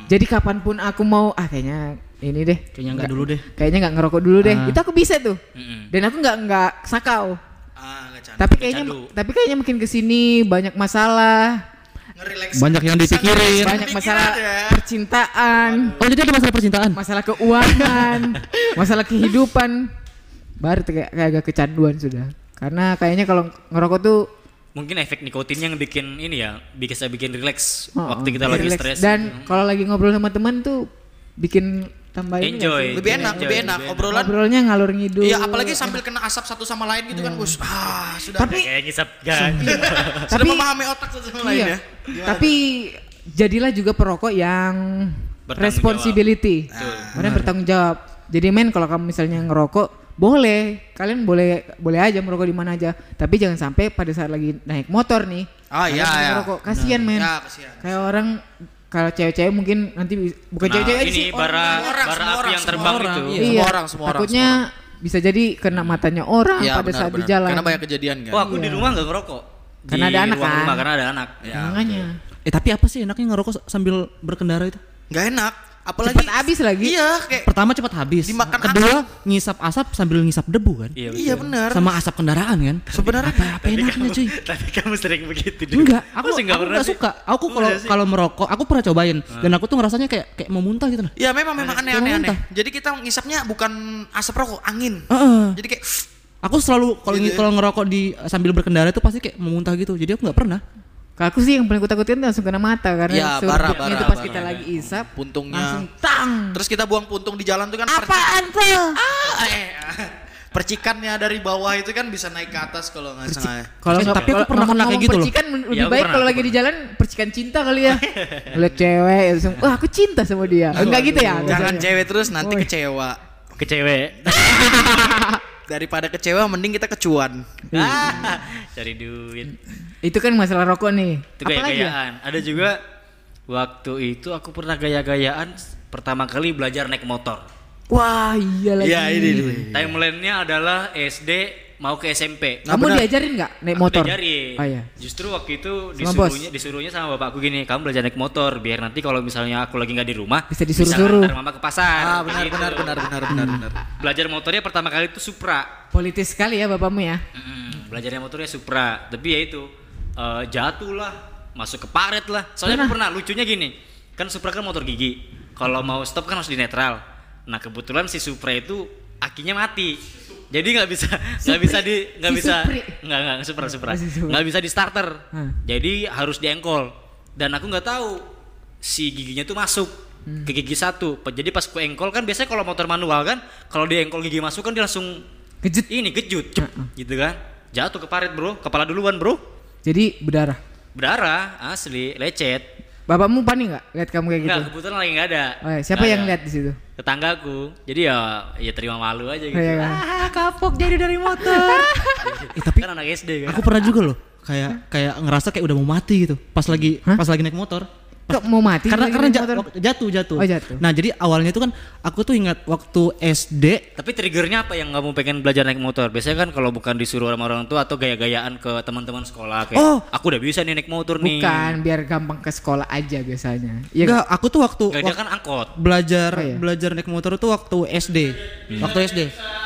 Jadi kapanpun aku mau kayaknya ini deh, Kayaknya enggak dulu deh. Kayaknya enggak ngerokok dulu deh. Itu aku bisa tuh. Dan aku enggak sakau. Nggak candu. Tapi kayaknya makin kesini banyak masalah, Ngerelax. Banyak yang dipikirin. banyak masalah ya. percintaan, Oh, jadi ada masalah percintaan. masalah keuangan, masalah kehidupan. Baru tuh kayak agak kecanduan sudah. Karena kayaknya kalau ngerokok tuh Mungkin efek nikotinnya yang bikin ini ya, bisa bikin relax waktu kita lagi relax. stres. Dan kalau lagi ngobrol sama teman tuh bikin tambah ini nggak Enjoy. sih? Lebih enak, lebih enak. Obrolan. Ngobrolnya ngalur ngidul. Iya, apalagi sambil kena asap satu sama lain gitu kan, Gus. Sudah. Kayak ngisap ganja. Sudah Tapi- memahami otak satu sama lain Iya. ya. Tapi jadilah juga perokok yang Bertanggung responsibility. Kemudian bertanggung jawab. Jadi men kalau kamu misalnya ngerokok boleh, kalian boleh aja merokok di mana aja. Tapi jangan sampai pada saat lagi naik motor nih. Iya, kalian iya. ngerokok. Kasian men. Ya, kasihan. Kayak orang kalau cewek-cewek mungkin nanti bukan Nah, cewek-cewek aja ini sih. bara semua api orang, yang semua terbang orang. itu. Iya. Semua orang, semua orang, Takutnya bisa jadi kena matanya orang Iya, pada benar, saat di benar. jalan. Karena banyak kejadian kan. Oh, aku di rumah nggak ngerokok. Karena Di ada anak ruang kan? rumah, karena ada anak. Ya, Makanya. Tapi apa sih enaknya ngerokok sambil berkendara itu? Nggak enak. Apalagi Cepat habis lagi. Iya, kayak Pertama cepat habis. Dimakan Kedua ngisap asap sambil ngisap debu kan. iya benar. Sama asap kendaraan kan. Sebenarnya Apa enaknya cuy? Tapi kamu sering begitu dulu. Enggak, Masa nggak pernah nggak sih? suka. Aku kalau merokok, aku pernah cobain dan aku tuh ngerasanya kayak mau muntah gitu nah. ya memang aneh-aneh. muntah. Jadi kita ngisapnya bukan asap rokok, angin. Heeh. Jadi kayak Aku selalu Gitu ya? kalau ngerokok di sambil berkendara itu pasti kayak mau muntah gitu. Jadi aku nggak pernah. Kalau aku sih yang paling kutakutin langsung kena mata karena Ya, bara, surutnya itu bara, pas bara. kita lagi isap puntungnya. langsung tang. Terus kita buang puntung di jalan tuh kan Apaan tuh? percikannya dari bawah itu kan bisa naik ke atas kalau nggak salah. Kalau nggak- Tapi aku kalau pernah kena ngomong kayak gitu loh. percikan lebih Iya, aku baik pernah, kalau aku lagi di jalan percikan cinta kali ya. Lihat cewek langsung, wah aku cinta sama dia. Enggak gitu ya? Jangan biasanya. cewek terus nanti Woi. kecewa. Ke cewek. Daripada kecewa mending kita kecuan. Cari duit. Itu kan masalah rokok nih. Itu Apalagi ya? gaya-gayaan. Ada juga waktu itu aku pernah gaya-gayaan pertama kali belajar naik motor. Wah iya lagi. Iya ini. Timeline-nya adalah SD mau ke SMP. Kamu diajarin nggak naik Aku motor? diajarin. Oh iya. Justru waktu itu Sama bos? disuruhnya sama bapakku gini, kamu belajar naik motor biar nanti kalau misalnya aku lagi nggak di rumah Bisa disuruh-suruh. ngantar mama ke pasar. Benar Gitu. benar. Belajar motornya pertama kali itu Supra. Politis sekali ya bapakmu ya. Belajarnya motornya Supra, tapi ya itu jatuh lah, masuk ke paret lah. Soalnya aku pernah lucunya gini, kan Supra kan motor gigi. Kalau mau stop kan harus di netral. Nah kebetulan si Supra itu akinya mati. Jadi nggak bisa Supra nggak bisa di starter. Jadi harus di engkol. Dan aku nggak tahu si giginya tuh masuk ke gigi satu. Jadi pas ku engkol kan biasanya kalau motor manual kan kalau di engkol gigi masuk kan dia langsung kejut cep, gitu kan. Jatuh ke paret bro, kepala duluan bro. Jadi Berdarah asli, lecet. bapakmu panik nggak lihat kamu kayak gitu? Enggak, kebetulan lagi nggak ada. Oh, iya. Siapa Nggak yang ada. lihat di situ? Tetanggaku. Jadi ya terima malu aja gitu. Iya kan? Kapok jadi dari motor. Tapi Kan anak SD kan. aku pernah juga loh kayak ngerasa kayak udah mau mati gitu pas lagi naik motor. Kok mau mati? Karena lagi naik motor? jatuh. Oh, jatuh. Nah, jadi awalnya itu kan aku tuh ingat waktu SD. Tapi triggernya apa yang kamu pengen belajar naik motor? Biasanya kan kalau bukan disuruh sama orang tua atau gaya-gayaan ke teman-teman sekolah kayak aku udah bisa nih naik motor nih. Bukan, biar gampang ke sekolah aja biasanya. Iya Enggak, aku tuh waktu Enggak, dia kan angkot. belajar Oh, iya. belajar naik motor tuh waktu SD. Waktu SD.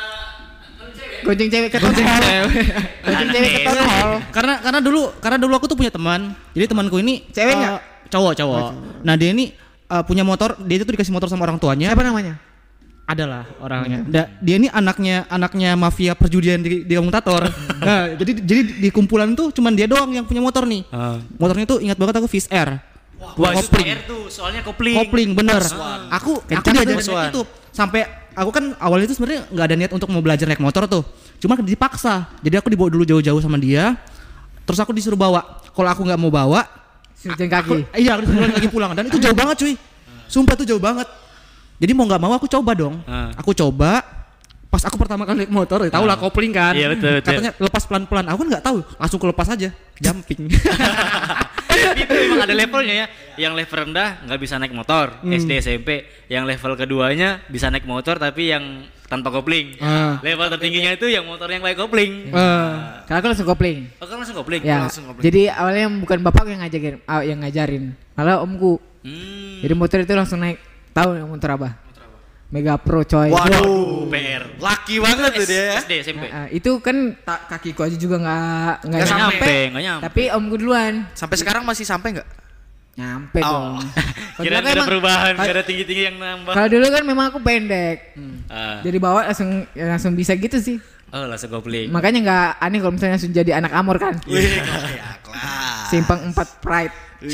gonceng cewek ke tol. Gonceng cewek ke tol. Karena dulu aku tuh punya teman. Jadi temanku ini Cewek nggak? Cowok. Nah, dia ini punya motor, dia itu tuh dikasih motor sama orang tuanya. Siapa namanya? Adalah orangnya. Dia ini anaknya mafia perjudian di komutator. Nah, jadi di kumpulan tuh cuman dia doang yang punya motor nih. Motornya tuh ingat banget aku Fish Air. Wah, itu PR tuh soalnya kopling. Kopling bener. Aku diajarin itu sampai aku kan awalnya itu sebenarnya nggak ada niat untuk mau belajar naik motor tuh. Cuma dipaksa. Jadi aku dibawa dulu jauh-jauh sama dia. Terus aku disuruh bawa. Kalau aku nggak mau bawa, Jalan kaki. iya aku disuruh lagi pulang. Dan itu jauh banget cuy. Sumpah tuh jauh banget. Jadi mau nggak mau aku coba dong. Aku coba. Pas aku pertama kali naik motor, ya tau lah kopling kan. Iya, betul. Katanya lepas pelan-pelan. Aku kan nggak tahu, langsung kelepas aja, jumping. Itu memang ada levelnya ya. Yang level rendah nggak bisa naik motor, SD SMP. Yang level keduanya bisa naik motor tapi yang tanpa kopling. Level tertingginya itu yang motor yang pakai kopling. Karena aku langsung kopling. Oh, kan langsung kopling. Ya. Jadi awalnya bukan bapak yang ngajarin, malah omku. Jadi motor itu langsung naik. Tahu nggak motor apa? Mega Pro coy. Waduh, PR. laki banget tuh dia. SD SMP. Itu kan kakiku aja juga nggak nyampe. Nggak nyampe. Tapi omku duluan. Sampai sekarang masih sampai nggak? Nyampe Oh. dong. Kira ada perubahan, kira tinggi-tinggi yang nambah. Kalau dulu kan memang aku pendek. Jadi bawa langsung bisa gitu sih. Oh, langsung gopling. Makanya nggak aneh kalau misalnya langsung jadi anak Amor kan. Wih, kelas. Simpang 4 Pride.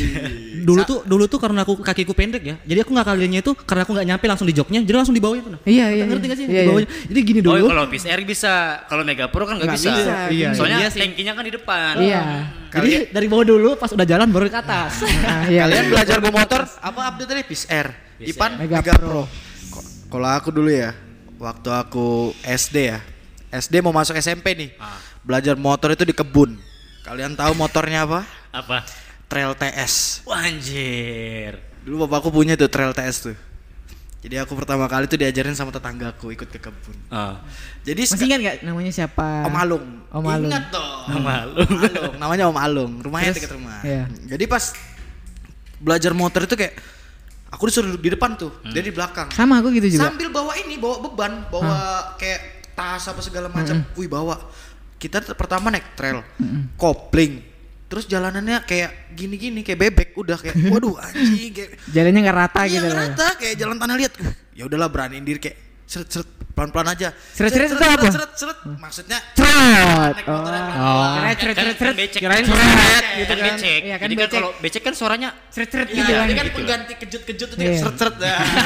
Dulu tuh karena aku kakiku pendek ya. Jadi aku ngakalinnya itu karena aku nggak nyampe langsung di joknya, jadi langsung di bawahnya tuh. Nah. Iya. Ngerti gak sih? Iya, Di bawahnya. Jadi gini dulu. Oh, kalau Peace Air bisa, kalau Mega Pro kan nggak bisa. Iya. Soalnya Iya sih. tankinya kan di depan. Iya. Jadi dari bawah dulu pas udah jalan baru ke atas. Iya. Kalian belajar bawa motor apa update tadi? Peace Air. Ipan Mega Pro. Kalau aku dulu ya, waktu aku SD ya. SD mau masuk SMP nih. Belajar motor itu di kebun. Kalian tahu motornya apa? Apa? Trail TS. Wah, anjir. Dulu bapakku punya tuh Trail TS tuh. Jadi aku pertama kali tuh diajarin sama tetanggaku ikut ke kebun. Jadi Masih ingat gak namanya siapa? Om Alung. Om Alung. Ingat dong. Om Alung. Alung. Namanya Om Alung. Rumahnya Terus, dekat rumah. iya. Jadi pas belajar motor itu kayak aku disuruh duduk di depan tuh, dia di belakang. Sama aku gitu juga. Sambil bawa beban, bawa kayak tas apa segala macam. Wih, bawa. Kita pertama naik trail, kopling. Terus jalanannya kayak gini-gini, kayak bebek, udah kayak waduh anjing kayak Jalannya nggak rata iya, gitu. nggak rata, kayak jalan tanah liat. Ya udahlah, beraniin diri kayak seret pelan-pelan aja. Seret itu apa? Seret. Maksudnya Cret. naik motornya pelan. Kirain Kan cret. becek. Kirain Kan cret gitu kan kan. becek. Iya kan Jadi kan becek. kalau becek kan suaranya Cret Iya, gitu kan. ini kan pengganti kejut-kejut itu Iya. seret.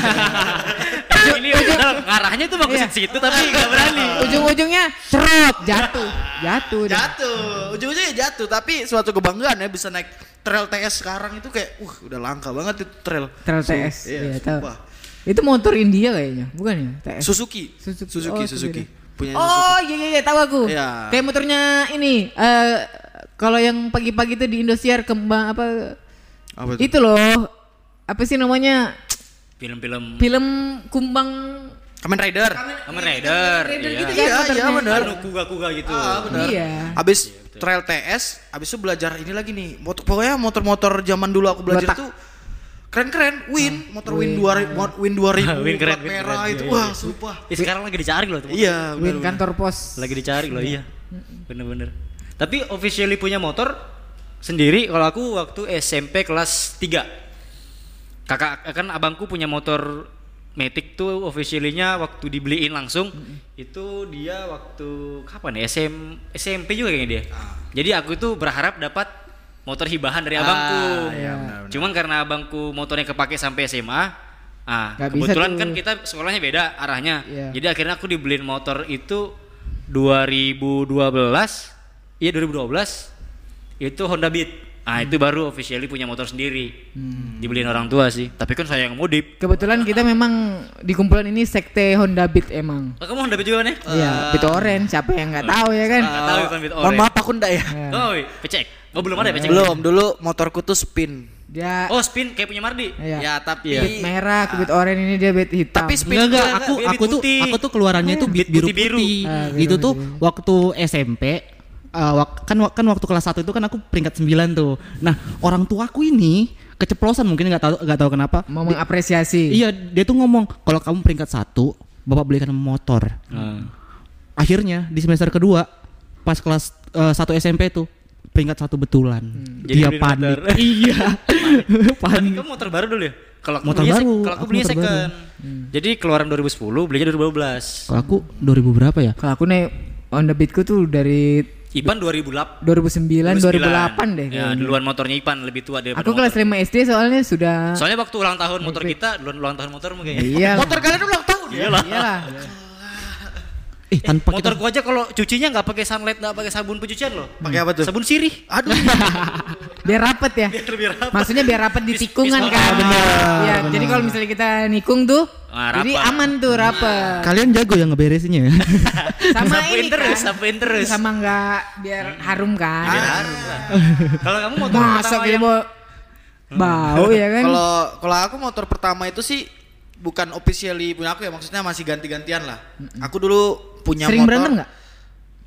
ini udah ngarahnya tuh mau ke situ tapi nggak berani. Ujung-ujungnya cerot, jatuh. Ujung-ujungnya jatuh, tapi suatu kebanggaan ya bisa naik Trail TS sekarang itu kayak udah langka banget itu trail. Trail TS. Iya, Iya, tahu. sumpah. Itu motor India kayaknya, bukan ya? TS. Suzuki. Oh, Suzuki. Punya Oh, iya tahu aku. Iya. Kayak motornya ini kalau yang pagi-pagi tuh di Indosiar kembang apa Apa tuh? itu loh. Apa sih namanya? Film-film Film kumbang Kamen Rider. Kamen Rider. gitu kan Iya, motornya. benar. Anu kuga-kuga gitu. Benar. Iya. Abis Trail TS, abis itu belajar ini lagi nih. Pokoknya motor-motor zaman dulu aku belajar Letak. tuh keren-keren. Motor Win 2000, Win keren, plat merah keren. itu. Iya, Wah, iya. sumpah. Sekarang lagi dicari loh tuh. Iya, Win benar. kantor pos. Lagi dicari loh, iya. Bener-bener. Tapi officially punya motor sendiri kalau aku waktu SMP kelas 3. Kakak kan abangku punya motor Matic tuh officially-nya waktu dibeliin langsung. Itu dia waktu kapan ya? SMP juga kayaknya dia. Jadi aku tuh berharap dapat motor hibahan dari abangku. Iya, benar. Cuman karena abangku motornya kepake sampai SMA. Nggak bisa Kebetulan tuh. kan kita sekolahnya beda arahnya. Iya. Jadi akhirnya aku dibeliin motor itu 2012. Iya 2012. Itu Honda Beat. Itu baru officially punya motor sendiri. Dibeliin orang tua sih. Tapi kan saya yang modif. Kebetulan kita memang di kumpulan ini sekte Honda Beat emang. Oh, kamu Honda Beat juga nih? Iya, Beat Orange, siapa yang nggak tahu ya kan? Nggak tahu kan Beat Mohon Orange. maaf aku ndak ya. Iya. Oh, pecek. Oh, belum ada pecek. Belum, dulu motorku tuh spin. Dia Oh, spin kayak punya Mardi. iya. Ya, tapi Beat merah, Beat Orange ini dia Beat hitam. Tapi spin Enggak, Enggak, aku beat tuh putih. keluarannya itu Beat biru putih-biru. putih. Itu tuh waktu SMP kan waktu kelas 1 itu kan aku peringkat 9 tuh. Nah, orang tuaku ini keceplosan mungkin nggak tahu kenapa. mau mengapresiasi. Iya, dia tuh ngomong kalau kamu peringkat 1, Bapak belikan motor. Akhirnya di semester kedua pas kelas 1 SMP tuh peringkat 1 betulan. Jadi Dia beli panik. motor. Iya. Tapi panik. kamu motor baru dulu ya? Kalau aku Motor belinya baru, kalau aku aku belinya motor second. Jadi keluaran 2010, belinya 2012. Kalau aku 2000 berapa ya? Kalau aku nih Honda Beatku tuh dari Ipan 2008. 2009, 2008 deh. Ya, kayaknya. duluan motornya Ipan lebih tua daripada Aku kelas 5 SD soalnya sudah. Soalnya waktu ulang tahun motor kita, duluan ulang tahun motor mungkin. Iya. motor kalian ulang tahun ya? Iyalah. Tanpa Motor gua aja kalau cucinya nggak pakai sunlight, nggak pakai sabun pencucian loh. Pakai apa tuh? Sabun sirih. Aduh. Biar rapet ya. Lebih rapat. Maksudnya biar rapet di tikungan bis- kan. bener, Iya, jadi kalau misalnya kita nikung tuh jadi rapat. aman tuh rapet. Kalian jago ya ngeberesinnya ya? Sama Sapuin ini terus, kan. sapuin terus. Sama enggak biar harum kan. Biar harum lah. Kalau kamu motor Masa pertama gitu yang bau ya kan. Kalau aku motor pertama itu sih bukan officially punya aku ya, maksudnya masih ganti-gantian lah. Aku dulu punya Sering motor. berantem enggak?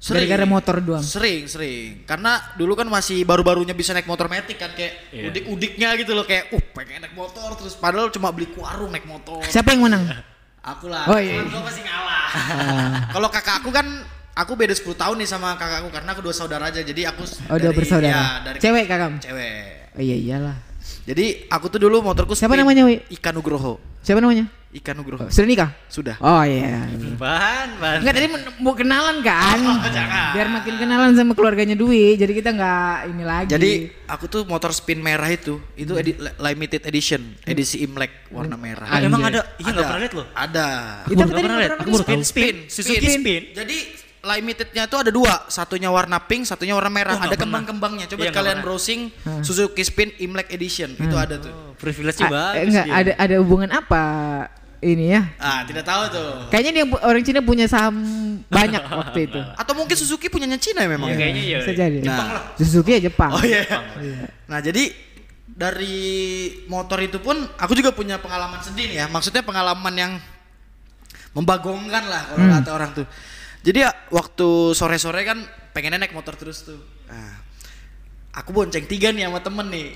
Gara-gara motor doang. Sering. Karena dulu kan masih baru-barunya bisa naik motor metik kan kayak udik-udiknya gitu loh kayak pengen naik motor terus padahal cuma beli ke warung naik motor. Siapa yang menang? Aku lah. Oh iya. Gue pasti ngalah. Kalau kakak aku kan aku beda 10 tahun nih sama kakakku karena aku 2 saudara aja. Jadi aku dua bersaudara. Ya, dari cewek kakak? Cewek. Oh iya iyalah. Jadi aku tuh dulu motorku Siapa namanya, Wi? Ika Nugroho. Siapa namanya? Ika Nugroho. Sudah nikah? Sudah. Oh iya. Ban. Enggak tadi mau kenalan kan? Jangan. Biar makin kenalan sama keluarganya Dwi. Jadi kita enggak ini lagi. Jadi aku tuh motor spin merah itu limited edition, edisi Imlek warna merah. Emang ada? Iya nggak pernah lihat loh. Ada. Itu apa tadi? Aku baru tahu. Suzuki Spin. Jadi limitednya tuh ada 2, satunya warna pink, satunya warna merah. Ada kembang-kembangnya. Coba Iya, kalian nggak browsing Suzuki Spin Imlek Edition. Itu ada tuh. Privilege bagus. Enggak ada hubungan apa ini ya? Tidak tahu tuh. Kayaknya dia orang Cina punya saham banyak waktu itu. Atau mungkin Suzuki punyanya Cina memang. Iya, kayaknya iya. Bisa jadi. Nah. Suzuki ya Jepang. Oh iya. Nah, jadi dari motor itu pun aku juga punya pengalaman sedih nih ya. Maksudnya pengalaman yang membagongkan lah kalau kata orang tuh. Jadi ya, waktu sore-sore kan pengennya naik motor terus tuh. Nah, aku bonceng 3 nih sama temen nih.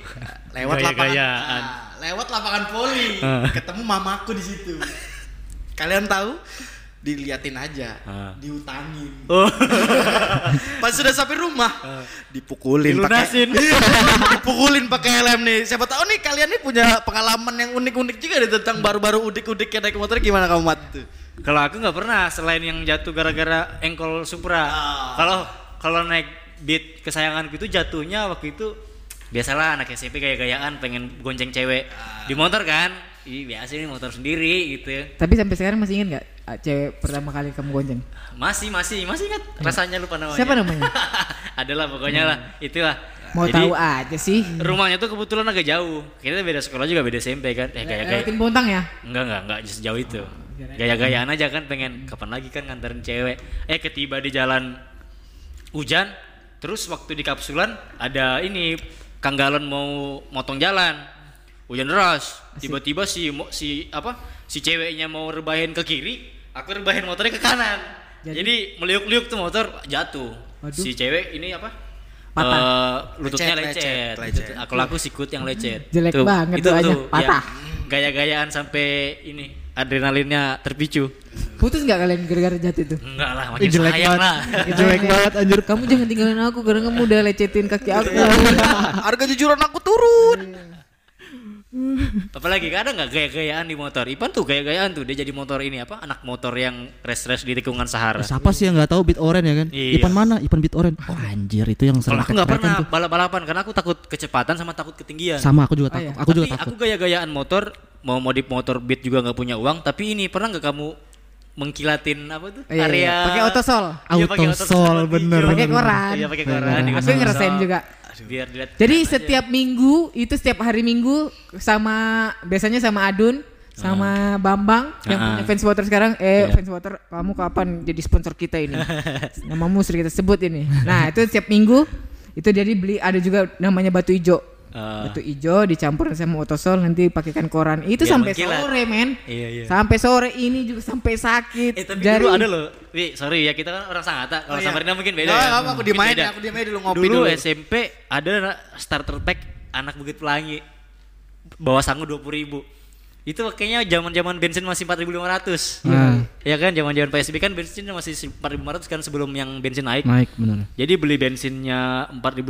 Lewat lapangan voli. Ketemu mamaku di situ. Kalian tahu? Diliatin aja, diutangin. Pas sudah sampai rumah, dipukulin Dilunasin. dipukulin pakai helm nih. Siapa tahu nih kalian nih punya pengalaman yang unik-unik juga nih tentang baru-baru udik-udiknya naik motor. Gimana kamu Mat tuh? Kalau aku nggak pernah selain yang jatuh gara-gara engkol Supra. Kalau naik Beat kesayanganku itu jatuhnya waktu itu biasalah anak SMP gaya-gayaan pengen gonceng cewek di motor kan. Biasa nih motor sendiri gitu. Tapi sampai sekarang masih ingat nggak cewek pertama kali kamu gonceng? Masih ingat rasanya lupa namanya. Siapa namanya? Adalah pokoknya lah itulah. Mau Jadi, tahu aja sih. rumahnya tuh kebetulan agak jauh. Kita beda sekolah juga beda SMP kan. Gaya-gaya. Lewatin Bontang ya? Enggak sejauh itu. Gaya-gayaan aja kan pengen kapan lagi kan nganterin cewek. Ketiba di jalan hujan, terus waktu di kapsulan ada ini Kang Galon mau motong jalan. Hujan deras. Tiba-tiba si ceweknya mau rebahin ke kiri, aku rebahin motornya ke kanan. Jadi meliuk-liuk tuh motor jatuh. Waduh. Si cewek ini apa? Patah. Lututnya lecet. Aku sikut yang lecet. Jelek banget itu doanya, patah. Gaya-gayaan sampai ini adrenalinnya terpicu. Putus nggak kalian gara-gara jatuh itu? Enggak lah, makin Jelek sayang banget. lah. Jelek banget anjir. Kamu jangan tinggalin aku karena kamu udah lecetin kaki aku. Harga jujuran aku turun. Apalagi kadang nggak gaya-gayaan di motor. Ipan tuh gaya-gayaan tuh dia jadi motor ini apa? Anak motor yang race di tikungan Sahara. Siapa sih yang nggak tahu Beat Orange ya kan? Iya. Ipan mana? Ipan Beat Orange. Oh anjir itu yang Kalau sering aku nggak keren pernah tuh. balap-balapan karena aku takut kecepatan sama takut ketinggian. Sama aku juga Oh, takut. iya. Aku juga Tapi takut. aku gaya-gayaan motor, mau modif motor Beat juga nggak punya uang. Tapi ini pernah nggak kamu mengkilatin apa tuh Iya, area? pakai autosol. Iya, pakai Autosol, bener. Pakai koran. Iya pakai koran. Aku ngerasain juga. Biar dilihat. Jadi setiap minggu itu setiap hari Minggu biasanya sama Adun sama Bambang yang punya fans water sekarang fans water kamu kapan jadi sponsor kita ini namamu sering kita sebut ini. Nah itu setiap minggu itu jadi beli ada juga namanya batu ijo. Batu ijo dicampur sama otosol nanti pakaikan koran itu Biar sampai mengkilat. sore men. Iya. Sampai sore ini juga sampai sakit. Tapi Jari. dulu ada loh. sorry ya kita kan orang Sangatta. Kalau Samarinda mungkin beda. Nggak apa, aku Mungkin dimain beda. ya, aku dimain dulu ngopi Dulu dulu. SMP ada starter pack anak Bukit Pelangi. Bawa sangu 20.000. Itu kayaknya zaman-zaman bensin masih 4.500. Ya kan zaman-zaman PSBB kan bensin masih 4.500 kan sebelum yang bensin naik. Naik benar. Jadi beli bensinnya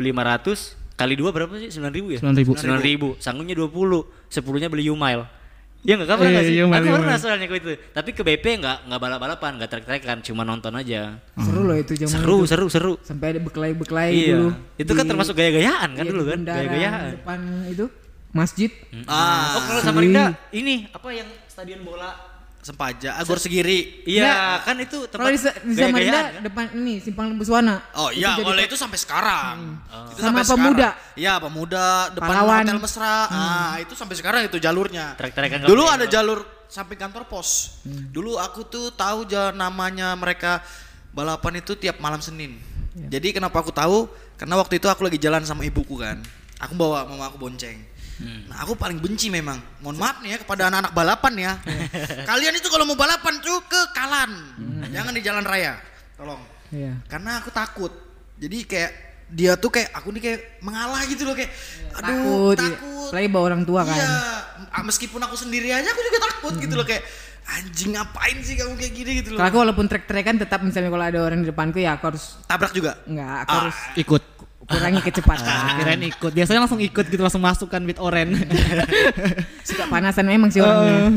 4.500 kali 2 berapa sih? 9.000 ya? 9.000. 9.000. Sangunya 20, 10-nya beli U-Mile. Ya enggak kabar Iya, enggak sih? U-Mile, Aku pernah U-Mile. soalnya itu. Tapi ke BP enggak balap-balapan, enggak trek-trekan, cuma nonton aja. Seru loh itu zaman itu. Seru. Sampai ada beklai-beklai Iya. dulu. Itu kan Di- termasuk gaya-gayaan kan iya, dulu di kan? bundaran Gaya-gayaan. depan itu masjid. Oh, kalau Samarinda ini apa yang stadion bola? Sempaja, Agor Segiri. Iya, kan itu Kalau tempat di Samarinda gaya-gayaan kan? depan ini Simpang Lembuswana. Oh iya, Itu jadi kalau itu sampai sekarang. Itu Sama sampai Pemuda. sekarang. Iya, Pemuda depan Pahlawan. Hotel Mesra. Ah, itu sampai sekarang itu jalurnya. Trek-trekan nggak Dulu boleh, ada Bang. jalur sampai kantor pos. Dulu aku tuh tahu namanya mereka balapan itu tiap malam Senin. Jadi kenapa aku tahu? Karena waktu itu aku lagi jalan sama ibuku kan. Aku bawa mama aku bonceng. Nah aku paling benci memang. Mohon maaf nih ya kepada anak-anak balapan ya. Kalian itu kalau mau balapan tuh ke Kalan. Jangan di jalan raya. Tolong. Iya. Karena aku takut. Jadi kayak dia tuh kayak aku nih kayak mengalah gitu loh kayak Takut. Apalagi bawa orang tua kan. Iya, meskipun aku sendiri aja aku juga takut gitu loh kayak anjing ngapain sih kamu kayak gini gitu loh. Kalau aku walaupun trek-trekan tetap misalnya kalau ada orang di depanku ya aku harus Tabrak juga. aku harus Ikut. kurangi kecepatan. Kirain ikut. Biasanya langsung ikut gitu, langsung masuk kan with oren. Suka panasan memang sih orangnya.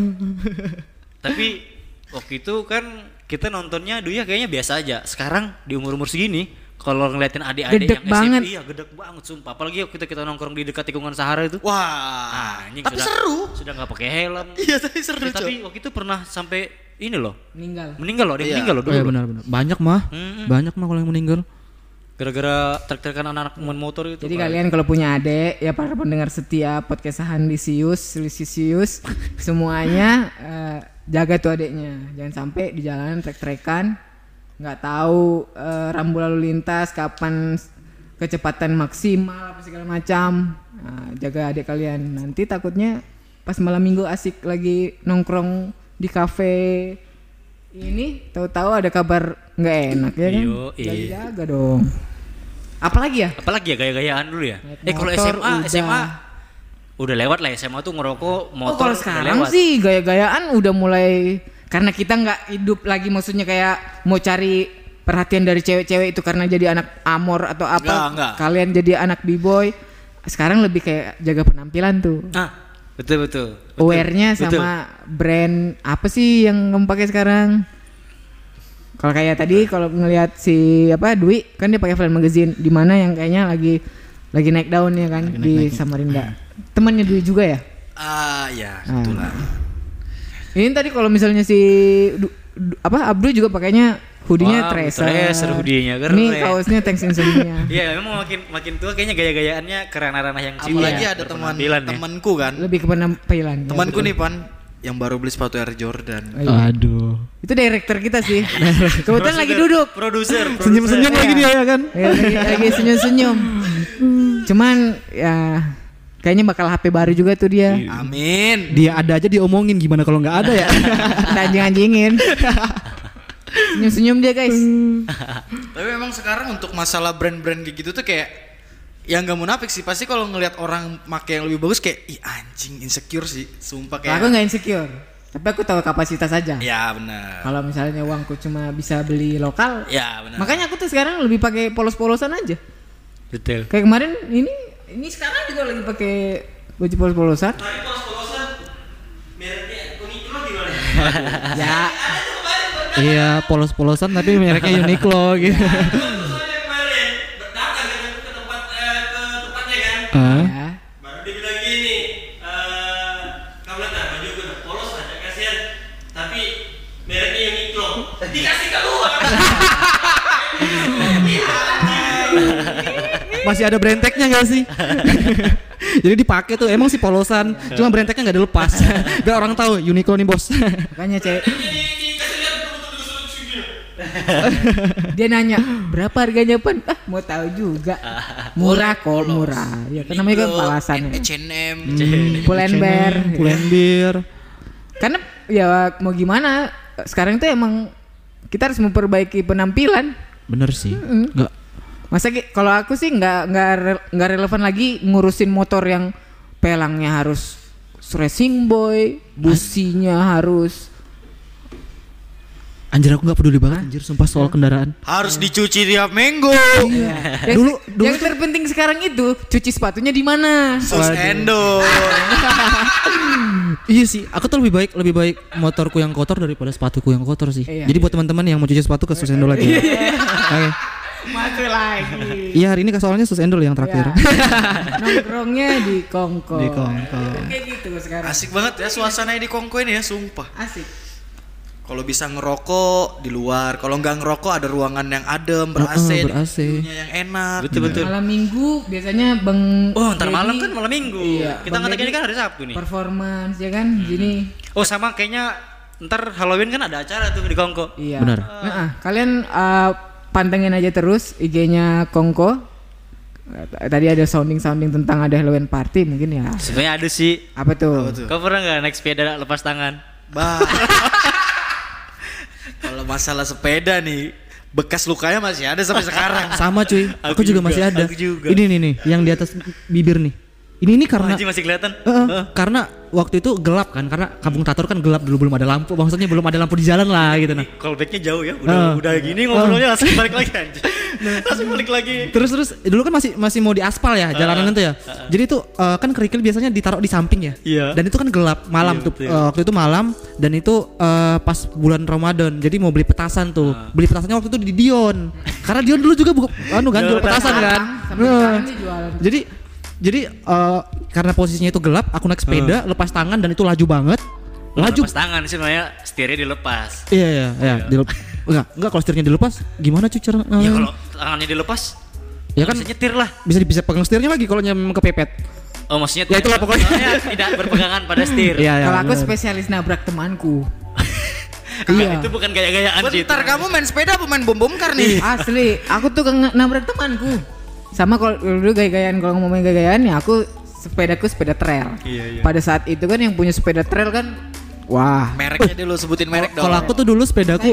Tapi waktu itu kan kita nontonnya dulu ya kayaknya biasa aja. Sekarang di umur-umur segini kalau ngeliatin adik-adik Gedek yang banget. SMP, iya gedek banget sumpah. Apalagi waktu kita nongkrong di dekat tikungan Sahara itu. Wah, Anjing, tapi sudah, seru. Sudah nggak pakai helm. Iya, tapi seru, Ya, tapi waktu itu pernah sampai ini loh. Meninggal Loh, ada yang Iya. meninggal loh dulu. Oh iya loh. benar-benar. Banyak mah. Banyak mah kalau yang meninggal. Gara-gara trek-trekan anak-anak main motor itu. Jadi Pak. kalian kalau punya adik ya para pendengar setia podcast Lisius semuanya jaga tuh adiknya. Jangan sampai di jalanan trek-trekan nggak tahu rambu lalu lintas kapan kecepatan maksimal apa segala macam. Nah, jaga adik kalian. Nanti takutnya pas malam minggu asik lagi nongkrong di kafe ini tahu-tahu ada kabar nggak enak ya kan? Jaga dong. Apalagi ya? Apalagi ya gaya-gayaan dulu ya. Naik Kalau motor SMA udah lewat lah. SMA tuh ngerokok motor kalau udah sekarang lewat. sih gaya-gayaan udah mulai karena kita nggak hidup lagi maksudnya kayak mau cari perhatian dari cewek-cewek itu karena jadi anak amor atau apa. Enggak. Kalian jadi anak b-boy. Sekarang lebih kayak jaga penampilan tuh. Betul. Aware-nya sama brand apa sih yang kamu pakai sekarang? Kalau kayak tadi kalau ngelihat si Dwi kan dia pakai Flash Magazine di mana yang kayaknya lagi naik daun ya kan di Samarinda. Temannya Dwi juga ya? Ya, itulah. Ini tadi kalau misalnya si Abdul juga pakainya hoodie-nya Tracer hoodie-nya keren. Ini kaosnya Thanks Insomnia. Iya, memang makin tua kayaknya gaya-gayaannya ke ranah-ranah yang Apalagi cilik. ada Berpenampilan ya. temanku kan. Lebih ke penampilan. ya, Temanku betul. nih Pan yang baru beli sepatu Air Jordan. Oh, iya. Aduh. Itu director kita sih. Kebetulan lagi duduk. Produser. Senyum-senyum lagi dia ya kan. Ya, lagi senyum-senyum. Cuman ya kayaknya bakal HP baru juga tuh dia. Amin. Dia ada aja diomongin, gimana kalau nggak ada ya? Kita anjing-anjingin. Senyum-senyum dia guys. Tapi memang sekarang untuk masalah brand-brand kayak gitu tuh kayak yang gak munafik sih, pasti kalau ngelihat orang make yang lebih bagus kayak ih anjing insecure sih, sumpah kayak. Aku nggak insecure, tapi aku tahu kapasitas aja. Ya benar. Kalau misalnya uangku cuma bisa beli lokal, Ya benar. makanya aku tuh sekarang lebih pakai polos-polosan aja. Betul. Kayak kemarin ini sekarang juga lagi pakai baju polos-polosan. Tapi polos-polosan mereknya Uniqlo gimana? Ya, Iya, polos-polosan tapi mereknya Uniqlo gitu. Soalnya kemarin datang kan aku ke tempatnya kan. ya. Baru dia bilang gini, kamu lihat nah, baju gue udah polos aja kasihan, tapi mereknya Uniqlo. Dikasih keluar. Masih ada brenteknya gak sih? Jadi dipakai tuh emang sih polosan, cuma brenteknya nggak dilepas. Biar orang tahu Uniqlo nih bos. Makanya cewek Dikasih lihat betul-betul segini. dia nanya berapa harganya Pan? Mau tahu juga. Murah kok, murah. Ya kan namanya kan palasannya. H&M. Pull&Bear. Pull&Bear. Karena ya mau gimana? Sekarang tuh emang kita harus memperbaiki penampilan. Bener sih. Nggak. Masa kalau aku sih nggak relevan lagi ngurusin motor yang pelangnya harus racing boy, businya harus. Anjir aku nggak peduli banget anjir sumpah soal kendaraan. Harus dicuci tiap minggu. Dulu yang terpenting sekarang itu cuci sepatunya di mana? Sus Endo. Iya sih, aku tuh lebih baik motorku yang kotor daripada sepatuku yang kotor sih. Iya. Jadi buat teman-teman yang mau cuci sepatu ke Susendo lagi. Oke. Masuk lagi. Iya hari ini soalnya Susendo yang terakhir. Nongkrongnya di Kongko. Di Kongko. Kayak gitu sekarang. Asik banget ya suasananya di Kongko ini ya, sumpah. Asik. Kalau bisa ngerokok di luar, kalau nggak ngerokok ada ruangan yang adem, ber-AC, ber-AC. view-nya yang enak. Betul. Malam minggu biasanya Bang Oh, ntar Dedi, malam kan malam minggu. Iya, Kita Bang ngetek ini Dedi kan hari Sabtu nih. performance ya kan gini. Oh, sama kayaknya ntar Halloween kan ada acara tuh di Kongko. Iya. Benar. Kalian pantengin aja terus IG-nya Kongko. Tadi ada sounding tentang ada Halloween party mungkin ya. Sebenarnya ada sih. Apa tuh? Kau pernah nggak naik sepeda lepas tangan? Bah. Kalau masalah sepeda nih, bekas lukanya masih ada sampai sekarang. Sama cuy, aku juga masih ada. Aku juga. Ini nih, yang di atas bibir nih. Ini karena Anjing masih kelihatan. karena waktu itu gelap kan, karena Kampung Tatur kan gelap dulu, belum ada lampu, maksudnya belum ada lampu di jalan lah gitu nah. Callbacknya jauh ya, udah gini ngobrolnya langsung balik lagi anjing. Langsung balik lagi. Terus dulu kan masih mau di aspal ya jalanan itu ya. Jadi itu kan kerikil biasanya ditaruh di samping ya. Iya. Dan itu kan gelap malam tuh. Waktu itu malam dan itu pas bulan Ramadan. Jadi mau beli petasan tuh. Beli petasannya waktu itu di Dion. Karena Dion dulu juga jual petasan kan. Sampai sekarang sih jualan. Jadi karena posisinya itu gelap, aku naik sepeda, lepas tangan dan itu laju banget. Laju. Lepas tangan sih sebenarnya setirnya dilepas. Iya. Enggak kalau setirnya dilepas, gimana cuy cara? Ya kalau tangannya dilepas, ya kan bisa nyetir lah. Bisa pegang setirnya lagi kalau nyampe kepepet. Oh maksudnya Ya itulah pokoknya. tidak berpegangan pada setir. Iya. Kalau aku spesialis nabrak temanku. Iya. Itu bukan gaya-gayaan sih. Bentar, kamu main sepeda apa main bom kar nih? Asli, aku tuh nabrak temanku. Sama kalau dulu gaya-gayaan, kalau ngomongin gaya-gayaan ya aku sepeda trail. Iya. Pada saat itu kan yang punya sepeda trail kan, wah. Mereknya dulu, sebutin merek dong. Kalau aku tuh dulu sepedaku,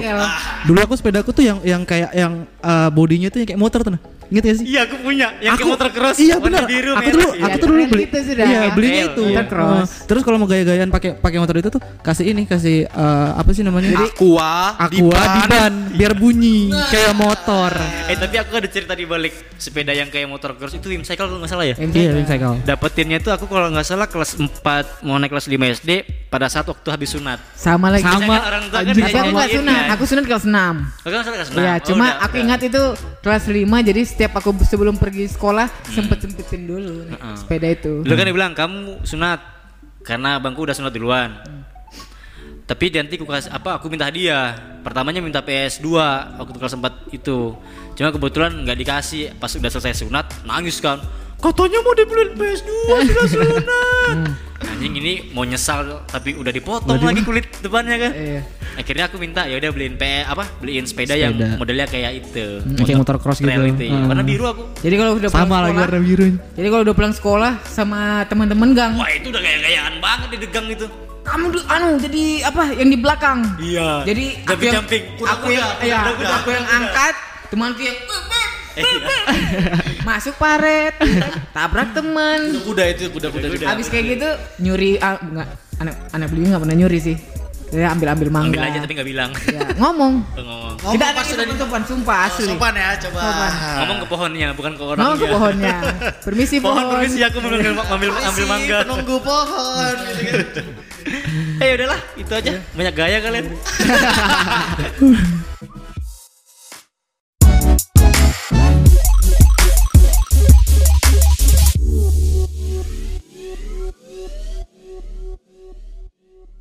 tuh yang kayak yang bodinya tuh yang kayak motor tuh nah. Ingat gak sih? Iya aku punya, yang kayak motor cross. Iya warna benar. biru, Aku merah. dulu Iya, beli. itu sudah. Iya, belinya Trail, itu. iya. Cross. Terus kalau mau gaya-gayaan pakai motor itu tuh kasih apa sih namanya? Aqua Diban biar bunyi kayak motor. Tapi aku ada cerita di balik sepeda yang kayak motor cross itu Wim Cycle kalau nggak salah ya. Iya, Cycle. Dapetinnya tuh aku kalau nggak salah kelas 4 mau naik kelas 5 SD pada saat waktu habis sunat. Sama lagi. Sama. Biasanya kan orang tua kan Tapi aku diajarin nggak sunat, kan. aku sunat kelas 6. Aku kan salah kelas 6. Iya, Oh, cuma udah, aku udah. ingat itu kelas 5, jadi setiap aku sebelum pergi sekolah sempet-sempetin dulu nih, sepeda itu. Dulu kan dia bilang kamu sunat karena abangku udah sunat duluan. Tapi nanti aku minta hadiah. Pertamanya minta PS2 waktu kelas 4 itu. Cuma kebetulan nggak dikasih. Pas udah selesai sunat nangis kan. Katanya mau dibeliin PS2 sudah sunat. Anjing ini mau nyesal tapi udah dipotong lagi kulit depannya kan. Iya. Akhirnya aku minta ya udah beliin sepeda yang modelnya kayak itu. Kayak motor cross gitu. Trail itu, ya. Warna biru aku. Jadi kalau udah pulang Sama lagi sekolah, warna biru. jadi kalau udah pulang sekolah sama teman-teman gang, Wah itu udah gaya-gayaan banget di degang itu. kamu jadi apa yang di belakang? Iya. Jadi Jumping-jumping. aku yang angkat, temanku yang masuk paret, tabrak teman. Kuda. Habis kayak gitu nyuri, enggak, anak beli nggak pernah nyuri sih. Dia ambil mangga. Ambil aja tapi nggak bilang. Ya, ngomong. Ngomong. Kita ada pas sudah itu sopan, sumpah asli. Sopan ya, coba. Sopan. Ngomong ke pohonnya bukan ke orang. Ngomong ke pohonnya. Permisi pohon. Permisi aku ambil mangga. Penunggu pohon. Udahlah, itu aja. Banyak gaya kalian.